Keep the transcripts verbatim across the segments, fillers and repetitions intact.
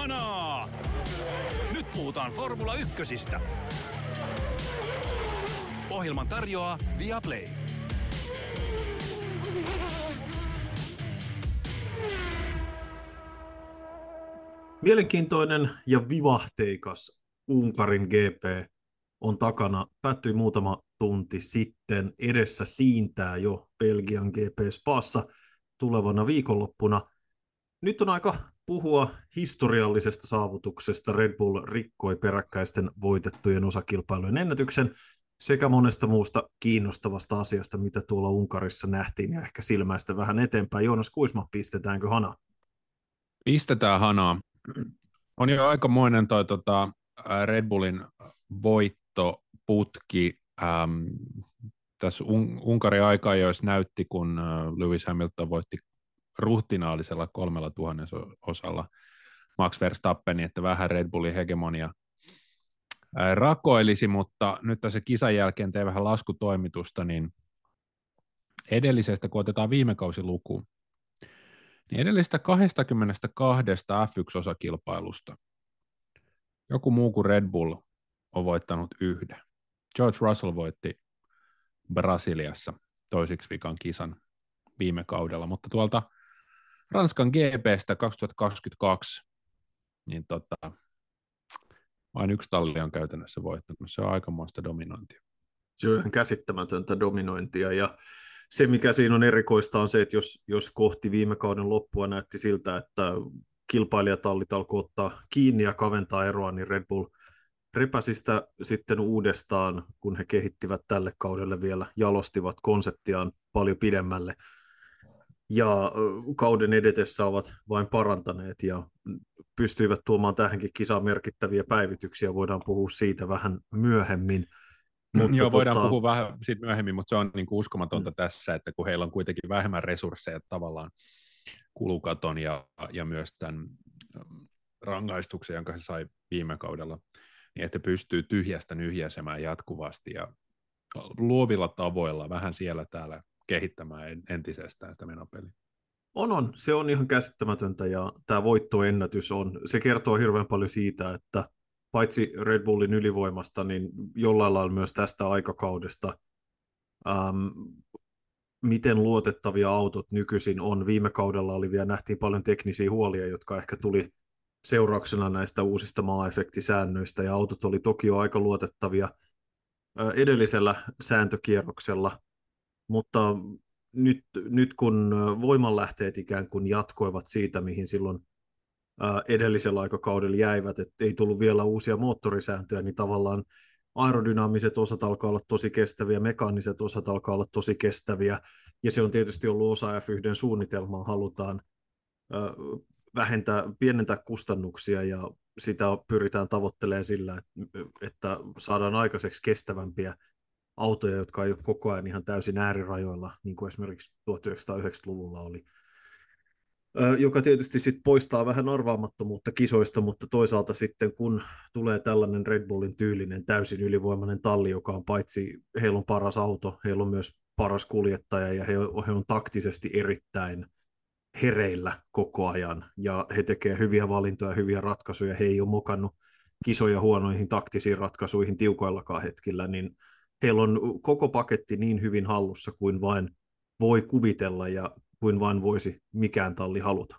Hanaa! Nyt puhutaan Formula Ykkösistä. Ohjelman tarjoaa Viaplay. Mielenkiintoinen ja vivahteikas Unkarin G P on takana. Päättyi muutama tunti sitten. Edessä siintää jo Belgian G P Spassa tulevana viikonloppuna. Nyt on aika puhua historiallisesta saavutuksesta. Red Bull rikkoi peräkkäisten voitettujen osakilpailujen ennätyksen sekä monesta muusta kiinnostavasta asiasta, mitä tuolla Unkarissa nähtiin ja ehkä silmäistä vähän eteenpäin. Joonas Kuisma, pistetäänkö hanaa? Pistetään hanaa. On jo aikamoinen toi tota, Red Bullin voittoputki. Ähm, tässä Un- Unkarin aika, jos näytti, kun Lewis Hamilton voitti ruhtinaalisella kolmella tuhannesosalla Max Verstappeni, että vähän Red Bullin hegemonia rakoilisi, mutta nyt tässä kisan jälkeen tein vähän laskutoimitusta, niin edellisestä, kun otetaan viime kausi lukuun, niin edellisestä kaksikymmentäkaksi F yksi -osakilpailusta joku muu kuin Red Bull on voittanut yhden. George Russell voitti Brasiliassa toisiksi vikan kisan viime kaudella, mutta tuolta Ranskan G P:stä kaksituhattakaksikymmentäkaksi, niin tota, vain yksi talli on käytännössä voittanut. Se on aikamoista dominointia. Se on ihan käsittämätöntä dominointia, ja se, mikä siinä on erikoista, on se, että jos, jos kohti viime kauden loppua näytti siltä, että kilpailijatallit alkoi ottaa kiinni ja kaventaa eroa, niin Red Bull repäsi sitä sitten uudestaan, kun he kehittivät tälle kaudelle vielä, jalostivat konseptiaan paljon pidemmälle, ja kauden edetessä ovat vain parantaneet ja pystyivät tuomaan tähänkin kisaan merkittäviä päivityksiä. Voidaan puhua siitä vähän myöhemmin. Mutta Joo, voidaan tota... puhua vähän siitä myöhemmin, mutta se on niinku uskomatonta mm. tässä, että kun heillä on kuitenkin vähemmän resursseja tavallaan kulukaton ja, ja myös tämän rangaistuksen, jonka he sai viime kaudella, niin että pystyy tyhjästä nyhjäsemään jatkuvasti ja luovilla tavoilla vähän siellä täällä kehittämään entisestään sitä menopeliä. On, on. Se on ihan käsittämätöntä, ja tämä voittoennätys on, se kertoo hirveän paljon siitä, että paitsi Red Bullin ylivoimasta, niin jollain lailla myös tästä aikakaudesta, ähm, miten luotettavia autot nykyisin on. Viime kaudella oli vielä, nähtiin paljon teknisiä huolia, jotka ehkä tuli seurauksena näistä uusista maa-efektisäännöistä, ja autot oli toki jo aika luotettavia äh, edellisellä sääntökierroksella, mutta nyt, nyt kun voimanlähteet ikään kuin jatkoivat siitä, mihin silloin ää, edellisellä aikakaudella jäivät, että ei tullut vielä uusia moottorisääntöjä, niin tavallaan aerodynaamiset osat alkaa olla tosi kestäviä, mekaaniset osat alkaa olla tosi kestäviä, ja se on tietysti ollut osa F yksi suunnitelmaa, halutaan ää, vähentää, pienentää kustannuksia, ja sitä pyritään tavoittelemaan sillä, että, että saadaan aikaiseksi kestävämpiä autoja, jotka ei ole koko ajan ihan täysin äärirajoilla, niin kuin esimerkiksi tuhatyhdeksänsataayhdeksänkymmentäluvulla oli, joka tietysti sit poistaa vähän arvaamattomuutta kisoista, mutta toisaalta sitten kun tulee tällainen Red Bullin tyylinen täysin ylivoimainen talli, joka on paitsi heillä on paras auto, heillä on myös paras kuljettaja, ja he on, he on taktisesti erittäin hereillä koko ajan, ja he tekevät hyviä valintoja, hyviä ratkaisuja, he ei ole mokannut kisoja huonoihin taktisiin ratkaisuihin tiukoillakaan hetkillä, niin heillä on koko paketti niin hyvin hallussa kuin vain voi kuvitella ja kuin vain voisi mikään talli haluta.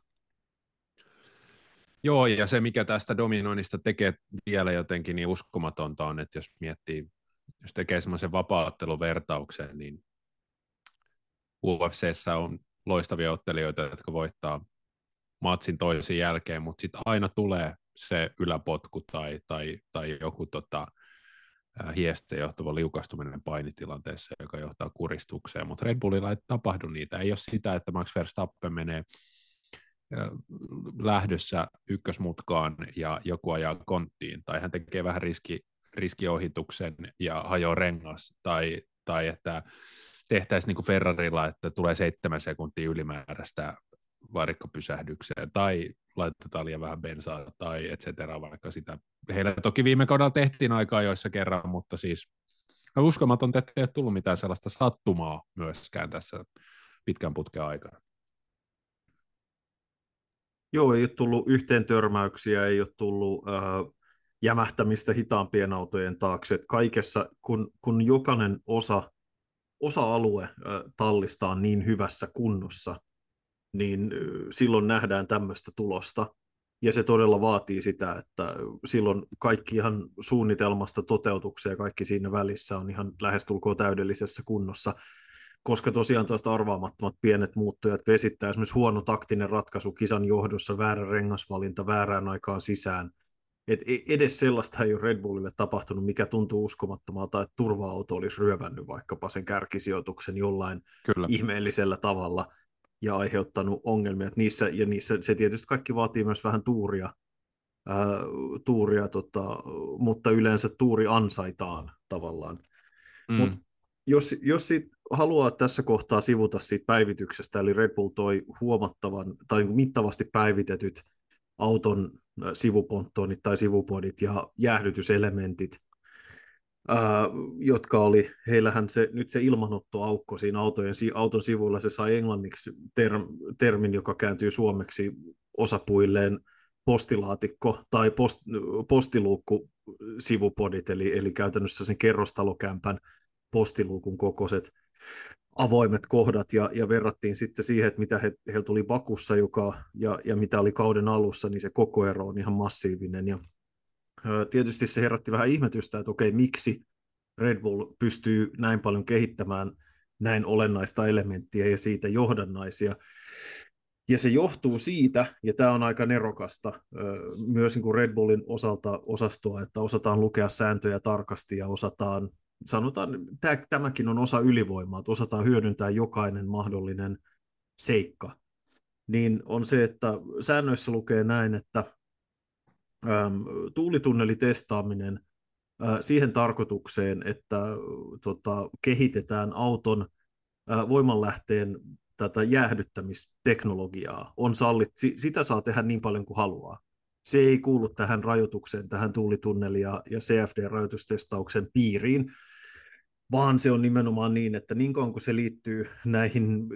Joo, ja se mikä tästä dominoinnista tekee vielä jotenkin niin uskomatonta on, että jos miettii, jos tekee semmoisen vapaa-otteluvertauksen, niin U F C:ssä on loistavia ottelijoita, jotka voittaa matsin toisen jälkeen, mutta sitten aina tulee se yläpotku tai, tai, tai joku tota, hiestä johtuva liukastuminen painitilanteessa, joka johtaa kuristukseen, mutta Red Bullilla ei tapahdu niitä. Ei ole sitä, että Max Verstappen menee lähdössä ykkösmutkaan ja joku ajaa konttiin, tai hän tekee vähän riski, riskiohituksen ja hajoaa rengas, tai, tai että tehtäisiin niin kuin Ferrarilla, että tulee seitsemän sekuntia ylimääräistä varikkopysähdykseen, tai laitetaan liian vähän bensaa, tai et cetera, vaikka sitä. Heillä toki viime kaudella tehtiin aikaa joissa kerran, mutta siis uskomaton, että ei ole tullut mitään sellaista sattumaa myöskään tässä pitkän putken aikana. Joo, ei ole tullut yhteen törmäyksiä, ei ole tullut äh, jämähtämistä hitaampien autojen taakse. Et kaikessa, kun, kun jokainen osa, osa-alue äh, tallista on niin hyvässä kunnossa, niin äh, silloin nähdään tämmöistä tulosta. Ja se todella vaatii sitä, että silloin kaikki ihan suunnitelmasta toteutukseen ja kaikki siinä välissä on ihan lähestulkoon täydellisessä kunnossa, koska tosiaan tuosta arvaamattomat pienet muuttujat vesittää esimerkiksi huono taktinen ratkaisu kisan johdossa, väärä rengasvalinta väärään aikaan sisään. Et edes sellaista ei ole Red Bullille tapahtunut, mikä tuntuu uskomattomalta, että turva-auto olisi ryövännyt vaikkapa sen kärkisijoituksen jollain Kyllä. ihmeellisellä tavalla ja aiheuttanut ongelmia. Et niissä, ja niissä se tietysti kaikki vaatii myös vähän tuuria, ää, tuuria tota, mutta yleensä tuuri ansaitaan tavallaan. Mm. Mut jos, jos sit haluaa tässä kohtaa sivuta siitä päivityksestä, eli Red Bull toi huomattavan tai mittavasti päivitetyt auton sivuponttoonit tai sivupodit ja jäähdytyselementit, ää, jotka oli, heillähän se, nyt se ilmanottoaukko siinä autojen, auton sivuilla, se sai englanniksi term, termin, joka kääntyy suomeksi osapuilleen postilaatikko tai post, postiluukku sivupodit, eli, eli käytännössä sen kerrostalokämpän postiluukun kokoiset avoimet kohdat, ja, ja verrattiin sitten siihen, että mitä he, heillä tuli Bakussa joka, ja, ja mitä oli kauden alussa, niin se koko ero on ihan massiivinen, ja ö, tietysti se herätti vähän ihmetystä, että okei, miksi Red Bull pystyy näin paljon kehittämään näin olennaista elementtiä ja siitä johdannaisia, ja se johtuu siitä, ja tämä on aika nerokasta myös niin kuin Red Bullin osalta osastoa, että osataan lukea sääntöjä tarkasti ja osataan, sanotaan, tämäkin on osa ylivoimaa, että osataan hyödyntää jokainen mahdollinen seikka. Niin on se, että säännöissä lukee näin, että äm, tuulitunnelitestaaminen äh, siihen tarkoitukseen, että tota, kehitetään auton äh, voimanlähteen tätä jäähdyttämisteknologiaa on sallit, sitä saa tehdä niin paljon kuin haluaa. Se ei kuulu tähän rajoitukseen, tähän tuulitunneli- ja, ja C F D-rajoitustestauksen piiriin, vaan se on nimenomaan niin, että niin kauan kuin se liittyy näihin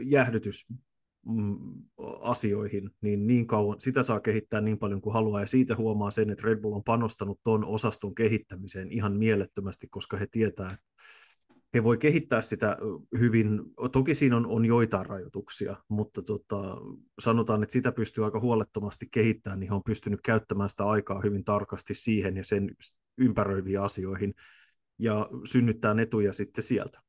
jäähdytysasioihin, niin niin kauan sitä saa kehittää niin paljon kuin haluaa, ja siitä huomaa sen, että Red Bull on panostanut tuon osaston kehittämiseen ihan mielettömästi, koska he tietää, että he voi kehittää sitä hyvin, toki siinä on, on joitain rajoituksia, mutta tota, sanotaan, että sitä pystyy aika huolettomasti kehittämään, niin he on pystynyt käyttämään sitä aikaa hyvin tarkasti siihen ja sen ympäröiviin asioihin, ja synnyttää etuja sitten sieltä.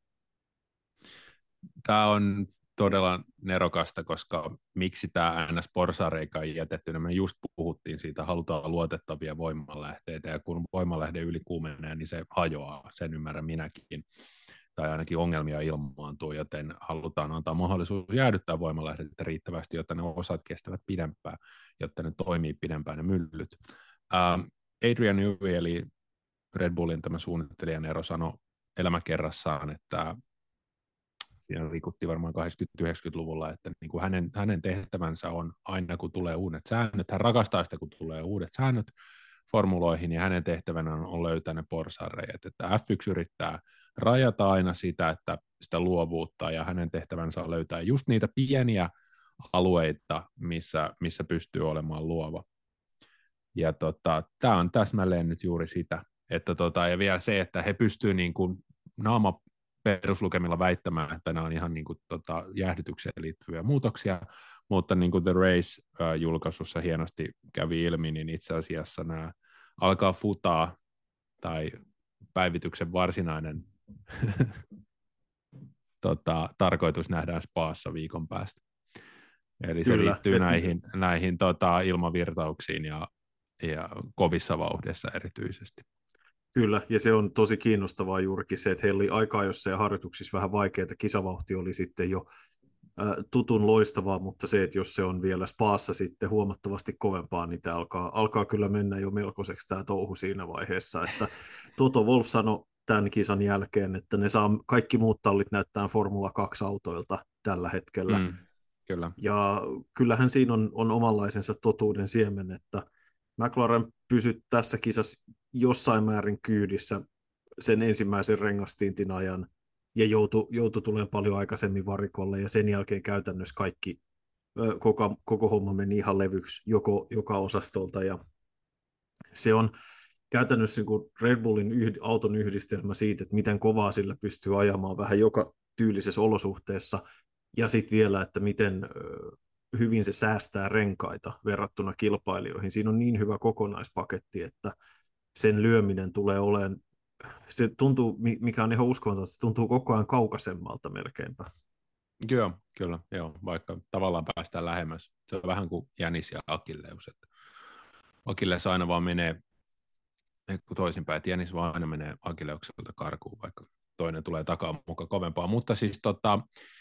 Tämä on todella nerokasta, koska miksi tämä N S-porsareikä on jätetty, me just puhuttiin siitä, halutaan luotettavia voimanlähteitä, ja kun voimanlähde ylikuumenee, niin se hajoaa, sen ymmärrän minäkin, tai ainakin ongelmia ilmaantuu, joten halutaan antaa mahdollisuus jäädyttää voimanlähdettä riittävästi, jotta ne osat kestävät pidempään, jotta ne toimii pidempään ne myllyt. Uh, Adrian Newey, eli Red Bullin tämä suunnittelijan ero, sanoi elämäkerrassaan, että siinä rikuttiin varmaan kahdeksankymmentä-yhdeksänkymmentäluvulla, että niin kuin hänen, hänen tehtävänsä on aina, kun tulee uudet säännöt, hän rakastaa sitä, kun tulee uudet säännöt formuloihin, ja hänen tehtävänä on, on löytää ne porsaanreiät, että F yksi yrittää rajata aina sitä, että sitä luovuutta, ja hänen tehtävänsä on löytää just niitä pieniä alueita, missä, missä pystyy olemaan luova. Ja tota, tämä on täsmälleen nyt juuri sitä, että tota, ja vielä se, että he pystyvät niin kuin naama peruslukemilla väittämään, että nämä on ihan niin kuin, tota, jäähdytykseen liittyviä muutoksia, mutta niin kuin The Race-julkaisussa hienosti kävi ilmi, niin itse asiassa nämä alkaa futaa tai päivityksen varsinainen tota, tarkoitus nähdään spaassa viikon päästä. Eli Kyllä. se liittyy Et... näihin, näihin tota, ilmavirtauksiin ja, ja kovissa vauhdissa erityisesti. Kyllä, ja se on tosi kiinnostavaa juurikin se, että heillä oli aikaa, jossa ja harjoituksissa vähän vaikeaa, kisavauhti oli sitten jo ä, tutun loistavaa, mutta se, että jos se on vielä spaassa sitten huomattavasti kovempaa, niin tämä alkaa, alkaa kyllä mennä jo melkoiseksi tämä touhu siinä vaiheessa, että Toto Wolff sanoi tämän kisan jälkeen, että ne saa kaikki muut tallit näyttää Formula kaksi autoilta tällä hetkellä. Mm, kyllä. Ja kyllähän siinä on, on omanlaisensa totuuden siemen, että McLaren pysyi tässä kisassa jossain määrin kyydissä sen ensimmäisen rengastintin ajan ja joutui, joutui tulemaan paljon aikaisemmin varikolle, ja sen jälkeen käytännössä kaikki koko, koko homma meni ihan levyksi joko, joka osastolta, ja se on käytännössä niin kuin Red Bullin yhd, auton yhdistelmä siitä, että miten kovaa sillä pystyy ajamaan vähän joka tyylisessä olosuhteessa, ja sitten vielä, että miten hyvin se säästää renkaita verrattuna kilpailijoihin. Siinä on niin hyvä kokonaispaketti, että sen lyöminen tulee olemaan, se tuntuu, mikä on ihan uskomatonta, että se tuntuu koko ajan kaukaisemmalta melkeinpä. Kyllä, kyllä, joo, vaikka tavallaan päästään lähemmäs. Se on vähän kuin Jänis ja Akilleus, että Akilleus aina vaan menee toisinpäin, että Jänis vaan aina menee Akilleukselta karkuun, vaikka toinen tulee takaa mukaan kovempaa. Mutta siis tota,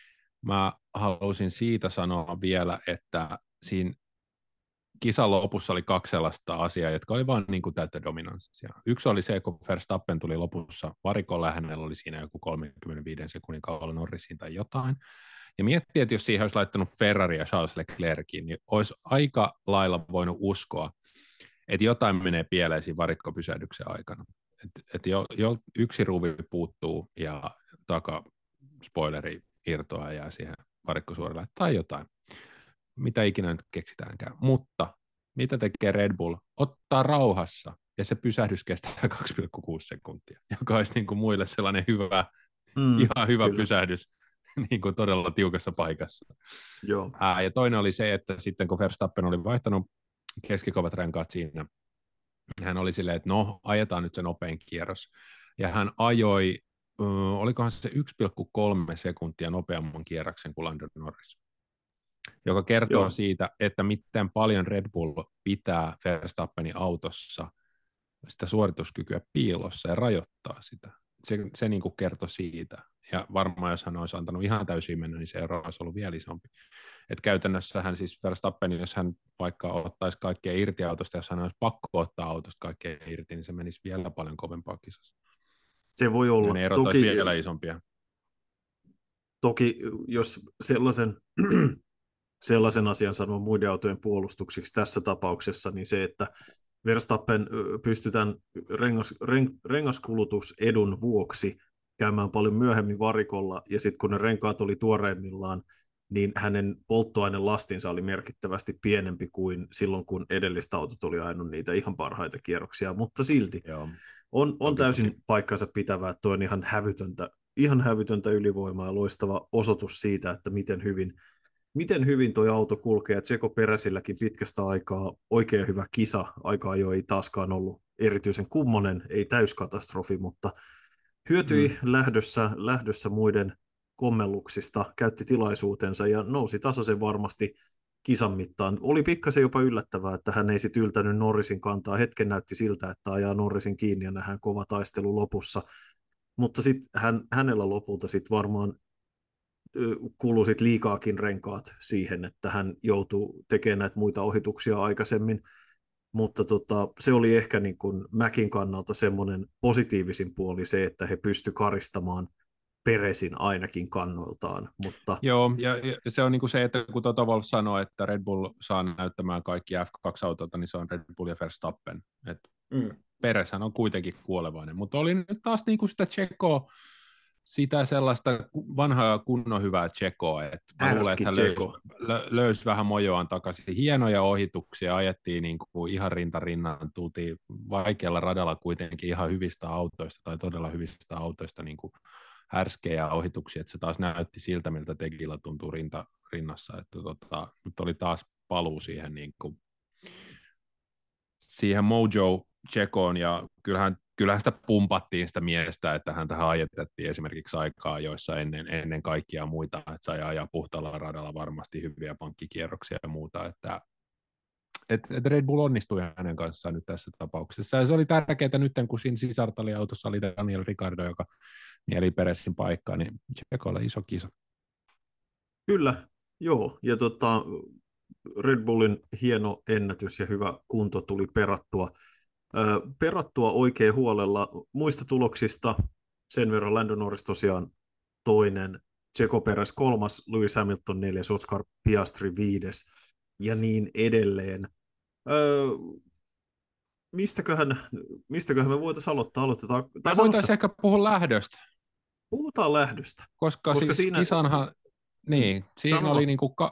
mä halusin siitä sanoa vielä, että siinä kisan lopussa oli kaksi sellaista asiaa, jotka oli vain niin kuin täyttä dominanssia. Yksi oli se, kun Verstappen tuli lopussa varikolla, hänellä oli siinä joku kolmekymmentäviisi sekunnin kaudella Norrisiin tai jotain. Ja miettii, että jos siihen olisi laittanut Ferrari ja Charles Leclercin, niin olisi aika lailla voinut uskoa, että jotain menee pieleen siinä varikkopysähdyksen aikana. Että et jo, jo yksi ruuvi puuttuu ja takaspoileri irtoaa ja siihen varikkosuoralle tai jotain. Mitä ikinä nyt keksitäänkään. Mutta mitä tekee Red Bull? Ottaa rauhassa ja se pysähdys kestää kaksi pilkku kuusi sekuntia, joka olisi niin kuin muille sellainen hyvä, mm, ihan hyvä kyllä. pysähdys niin kuin todella tiukassa paikassa. Joo. Ää, ja toinen oli se, että sitten kun Verstappen oli vaihtanut keskikovat renkaat siinä, hän oli silleen, että no, ajetaan nyt se nopein kierros. Ja hän ajoi, äh, olikohan se yksi pilkku kolme sekuntia nopeamman kierroksen kuin Lando Norris, joka kertoo Joo. siitä, että miten paljon Red Bull pitää Verstappenin autossa sitä suorituskykyä piilossa ja rajoittaa sitä. Se, se niin kuin kertoi siitä. Ja varmaan jos hän olisi antanut ihan täysin mennä, niin se ero olisi ollut vielä isompi. Että käytännössä hän siis Verstappen, jos hän vaikka ottaisi kaikkea irti autosta, jos hän olisi pakko ottaa autosta kaikkea irti, niin se menisi vielä paljon kovempaa kisassa. Se voi olla. Ja ne erot olisi vielä isompia. Toki jos sellaisen, sellaisen asian sanoo muiden autojen puolustuksiksi tässä tapauksessa, niin se, että Verstappen pystytään rengas, ren, rengaskulutusedun vuoksi käymään paljon myöhemmin varikolla, ja sitten kun ne renkaat oli tuoreimmillaan, niin hänen polttoainelastinsa oli merkittävästi pienempi kuin silloin, kun edelliset autot oli ajanut niitä ihan parhaita kierroksia, mutta silti Joo. on, on täysin paikkansa pitävää, että tuo on ihan hävytöntä, ihan hävytöntä ylivoimaa ja loistava osoitus siitä, että miten hyvin Miten hyvin tuo auto kulkee, ja Checo Peresilläkin pitkästä aikaa oikein hyvä kisa, aika jo ei taaskaan ollut erityisen kummonen, ei täyskatastrofi, mutta hyötyi mm. lähdössä, lähdössä muiden kommelluksista, käytti tilaisuutensa ja nousi tasaisen varmasti kisan mittaan. Oli pikkasen jopa yllättävää, että hän ei sitten yltänyt Norrisin kantaa. Hetken näytti siltä, että ajaa Norrisin kiinni ja nähdään kova taistelu lopussa, mutta sitten hän, hänellä lopulta sitten varmaan kuului sit liikaakin renkaat siihen, että hän joutuu tekemään näitä muita ohituksia aikaisemmin, mutta tota, se oli ehkä niin kuin Mäkin kannalta semmoinen positiivisin puoli se, että he pysty karistamaan Peresin ainakin kannoiltaan. Mutta... Joo, ja, ja se on niin kuin se, että kun Toto Wolff sanoi, että Red Bull saa näyttämään kaikki F kaksi -autolta, niin se on Red Bull ja Verstappen. Et mm. Pereshän on kuitenkin kuolevainen, mutta oli nyt taas niin kuin sitä Checoa, sitä sellaista vanhaa kunnon hyvää Checoa, että mä luulen, että hän löysi, löysi vähän mojoaan takaisin. Hienoja ohituksia, ajettiin niin kuin ihan rintarinnan, tultiin vaikealla radalla kuitenkin ihan hyvistä autoista tai todella hyvistä autoista niin kuin härskejä ohituksia, että se taas näytti siltä, miltä Tegillä tuntuu rinta, rinnassa, että tota, nyt oli taas paluu siihen, niin kuin, siihen Mojo Checoon, ja kyllähän Kyllähän sitä pumpattiin sitä miestä, että häntä ajetettiin esimerkiksi aikaa, joissa ennen, ennen kaikkia muita, että sai ajaa puhtaalla radalla varmasti hyviä pankkikierroksia ja muuta, että et, et Red Bull onnistui hänen kanssaan nyt tässä tapauksessa, ja se oli tärkeää nyt, kun siinä sisartaliautossa oli Daniel Ricciardo, joka mieli Peresin paikkaa, niin Checolle iso kisa. Kyllä, joo, ja tota, Red Bullin hieno ennätys ja hyvä kunto tuli perattua. perattua oikein huolella. Muista tuloksista sen verran Lando Norris tosiaan toinen, Checo Perez kolmas, Lewis Hamilton neljäs, Oscar Piastri viides ja niin edelleen. Öö, mistäköhän, mistäköhän me voitaisiin aloittaa? Aloitetaan. Me voitaisiin ehkä puhua lähdöstä. Puhutaan lähdöstä. Koska, Koska siis siinä... kisanhan, niin, siinä Sano. oli niinku ka-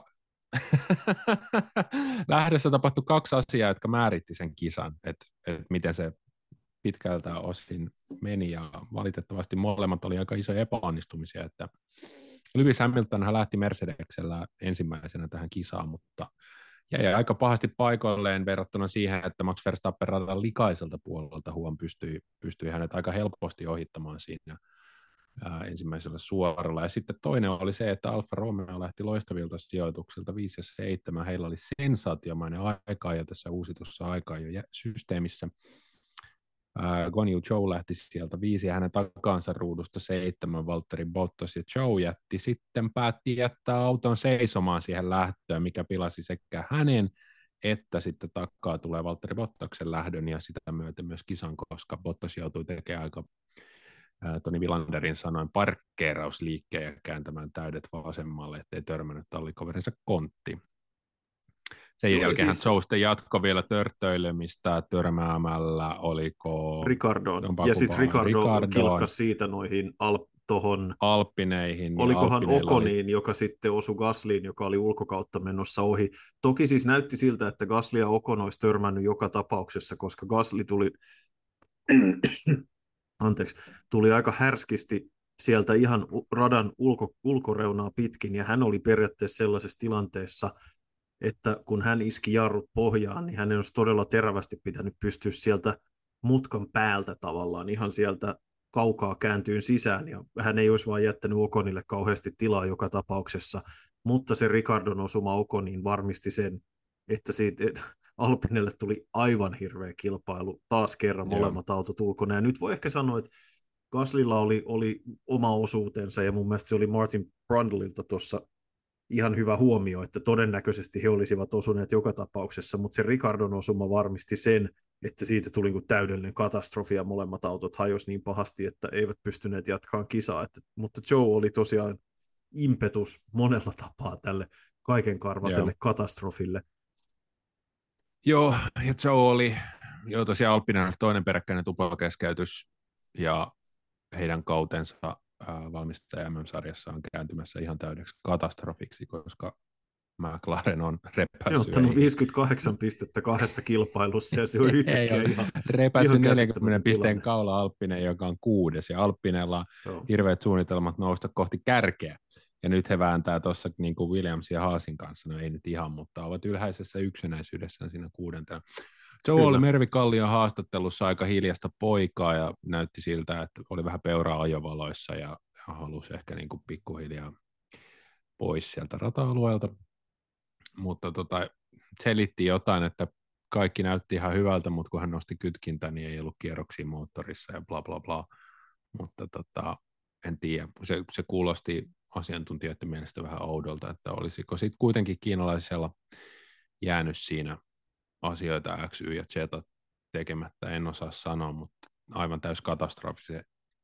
Lähdössä tapahtui kaksi asiaa, jotka määritti sen kisan, että et miten se pitkältä osin meni, ja valitettavasti molemmat oli aika isoja epäonnistumisia, että Lewis Hamilton lähti Mercedeksellä ensimmäisenä tähän kisaan, mutta jäi aika pahasti paikoilleen verrattuna siihen, että Max Verstappen radan likaiselta puolelta huom pystyi, pystyi hänet aika helposti ohittamaan siinä ää, ensimmäisellä suoralla. Ja sitten toinen oli se, että Alfa Romeo lähti loistavilta sijoituksilta viisi ja seitsemän. Heillä oli sensaatiomainen aika ja tässä uusitussa aikaa jo systeemissä. Guan Yu Zhou lähti sieltä viisi ja hänen takaansa ruudusta seitsemän, Valtteri Bottas, ja Zhou jätti sitten päätti jättää auton seisomaan siihen lähtöön, mikä pilasi sekä hänen että sitten takaa tulee Valtteri Bottaksen lähdön ja sitä myöten myös kisan, koska Bottas joutui tekemään aika ää, Toni Villanderin sanoin parkkeerausliikkeen ja kääntämään täydet vasemmalle, ettei törmännyt tallikaverinsa konttiin. Sen Joo, jälkeen siis... Zhou sitten jatkoi vielä törttöilemistä törmäämällä, oliko... Ricardoon. Ja sitten Ricardo kilkkasi siitä noihin Alp tohon... Alppineihin. Olikohan Okoniin, oli... joka sitten osui Gasliin, joka oli ulkokautta menossa ohi. Toki siis näytti siltä, että Gasly ja Ocon olisi törmännyt joka tapauksessa, koska Gasly tuli... Anteeksi, tuli aika härskisti sieltä ihan radan ulko, ulkoreunaa pitkin, ja hän oli periaatteessa sellaisessa tilanteessa, että kun hän iski jarrut pohjaan, niin hänen olisi todella terävästi pitänyt pystyä sieltä mutkan päältä tavallaan ihan sieltä kaukaa kääntyyn sisään, ja hän ei olisi vaan jättänyt Oconille kauheasti tilaa joka tapauksessa, mutta se Ricardon osuma Oconiin varmisti sen, että siitä et, Alpinelle tuli aivan hirveä kilpailu, taas kerran Joo. molemmat autot ulkona, ja nyt voi ehkä sanoa, että Gaslylla oli, oli oma osuutensa, ja mun mielestä se oli Martin Brundleilta tuossa ihan hyvä huomio, että todennäköisesti he olisivat osuneet joka tapauksessa, mutta se Ricardon osuma varmisti sen, että siitä tuli niin täydellinen katastrofi ja molemmat autot hajosi niin pahasti, että eivät pystyneet jatkamaan kisaa. Että, mutta Zhou oli tosiaan impetus monella tapaa tälle kaikenkarvaiselle Joo. katastrofille. Joo, ja Zhou oli jo tosiaan Alppinen toinen peräkkäinen tuplakeskeytys, ja heidän kautensa valmistaja M M-sarjassa on kääntymässä ihan täydeksi katastrofiksi, koska McLaren on repässyt. Ne on ottanut viisikymmentäkahdeksan pistettä kahdessa kilpailussa, ja se on yhtäkkiä ihan repässyt neljänkymmenen pisteen kaula Alppinen, joka on kuudes, ja Alppinella on Joo. hirveät suunnitelmat nousta kohti kärkeä. Ja nyt he vääntää tuossa niin kuin Williams ja Haasin kanssa, no ei nyt ihan, mutta ovat ylhäisessä yksinäisyydessään siinä kuudentena. Zhou oli Mervi Kallion haastattelussa aika hiljasta poikaa ja näytti siltä, että oli vähän peuraa ajovaloissa ja halusi ehkä niin kuin pikkuhiljaa pois sieltä rata-alueelta. Mutta tota, selitti jotain, että kaikki näytti ihan hyvältä, mutta kun hän nosti kytkintä, niin ei ollut kierroksia moottorissa ja bla bla bla. Mutta tota, en tiedä, se, se kuulosti asiantuntijoiden mielestä vähän oudolta, että olisiko sitten kuitenkin kiinalaisella jäänyt siinä asioita X, Y ja Z tekemättä, en osaa sanoa, mutta aivan täys katastrofi se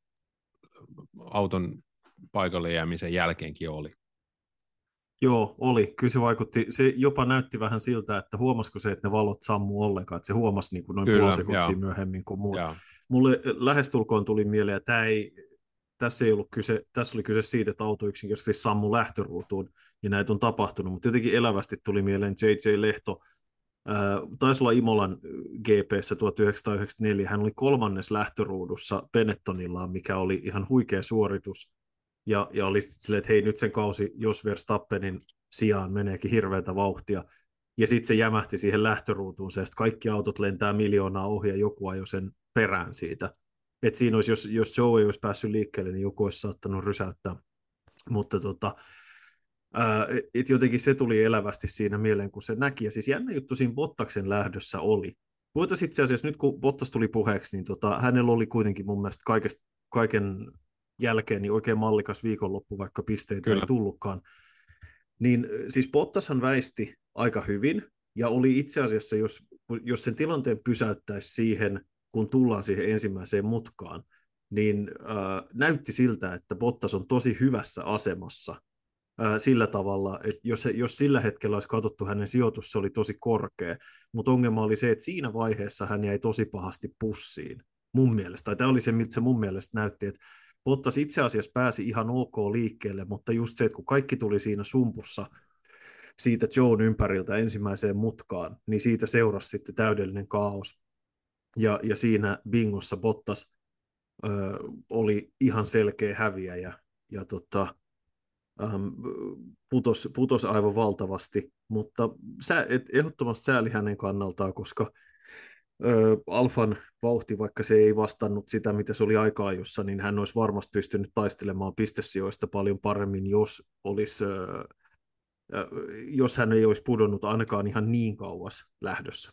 auton paikalle jäämisen jälkeenkin oli. Joo, oli. Kyllä se vaikutti, se jopa näytti vähän siltä, että huomasiko se, että ne valot sammuu ollenkaan, että se huomasi niin kuin noin puoli sekuntia myöhemmin kuin muut. Joo. Mulle lähestulkoon tuli mieleen, että tämä ei, tässä, ei ollut kyse, tässä oli kyse siitä, että auto yksinkertaisesti sammui lähtöruutuun, ja näitä on tapahtunut, mutta jotenkin elävästi tuli mieleen J J Lehto, Uh, taisi olla Imolan G P:ssä tuhatyhdeksänsataayhdeksänkymmentäneljä, hän oli kolmannes lähtöruudussa Benettonillaan, mikä oli ihan huikea suoritus, ja, ja oli silleen, että hei, nyt sen kausi, jos Verstappenin sijaan meneekin hirveätä vauhtia, ja sitten se jämähti siihen lähtöruutuun, se, että kaikki autot lentää miljoonaa ohi, ja joku ajoi sen perään siitä, että siinä olisi, jos, jos Joe ei olisi päässyt liikkeelle, niin joku olisi saattanut rysäyttää, mutta tota, Uh, et jotenkin se tuli elävästi siinä mieleen, kun se näki. Ja siis jännä juttu siinä Bottaksen lähdössä oli. Voitaisiin itse asiassa, nyt kun Bottas tuli puheeksi, niin tota, hänellä oli kuitenkin mun mielestä kaikest, kaiken jälkeen niin oikein mallikas viikonloppu, vaikka pisteitä Kyllä. ei tullutkaan. Niin siis Bottashan väisti aika hyvin, ja oli itse asiassa, jos, jos sen tilanteen pysäyttäisi siihen, kun tullaan siihen ensimmäiseen mutkaan, niin uh, näytti siltä, että Bottas on tosi hyvässä asemassa, sillä tavalla, että jos, jos sillä hetkellä olisi katsottu hänen sijoitus, se oli tosi korkea, mutta ongelma oli se, että siinä vaiheessa hän jäi tosi pahasti pussiin, mun mielestä, tai tämä oli se, miltä se mun mielestä näytti, että Bottas itse asiassa pääsi ihan ok liikkeelle, mutta just se, että kun kaikki tuli siinä sumpussa, siitä Joen ympäriltä ensimmäiseen mutkaan, niin siitä seurasi sitten täydellinen kaos. Ja, ja siinä bingossa Bottas ö, oli ihan selkeä häviäjä ja tota, ähm, putos, putos aivan valtavasti, mutta sä, et, ehdottomasti sääli hänen kannaltaan, koska ö, Alfan vauhti, vaikka se ei vastannut sitä, mitä se oli aika-ajossa, niin hän olisi varmasti pystynyt taistelemaan pistesijoista paljon paremmin, jos olisi ö, jos hän ei olisi pudonnut ainakaan ihan niin kauas lähdössä.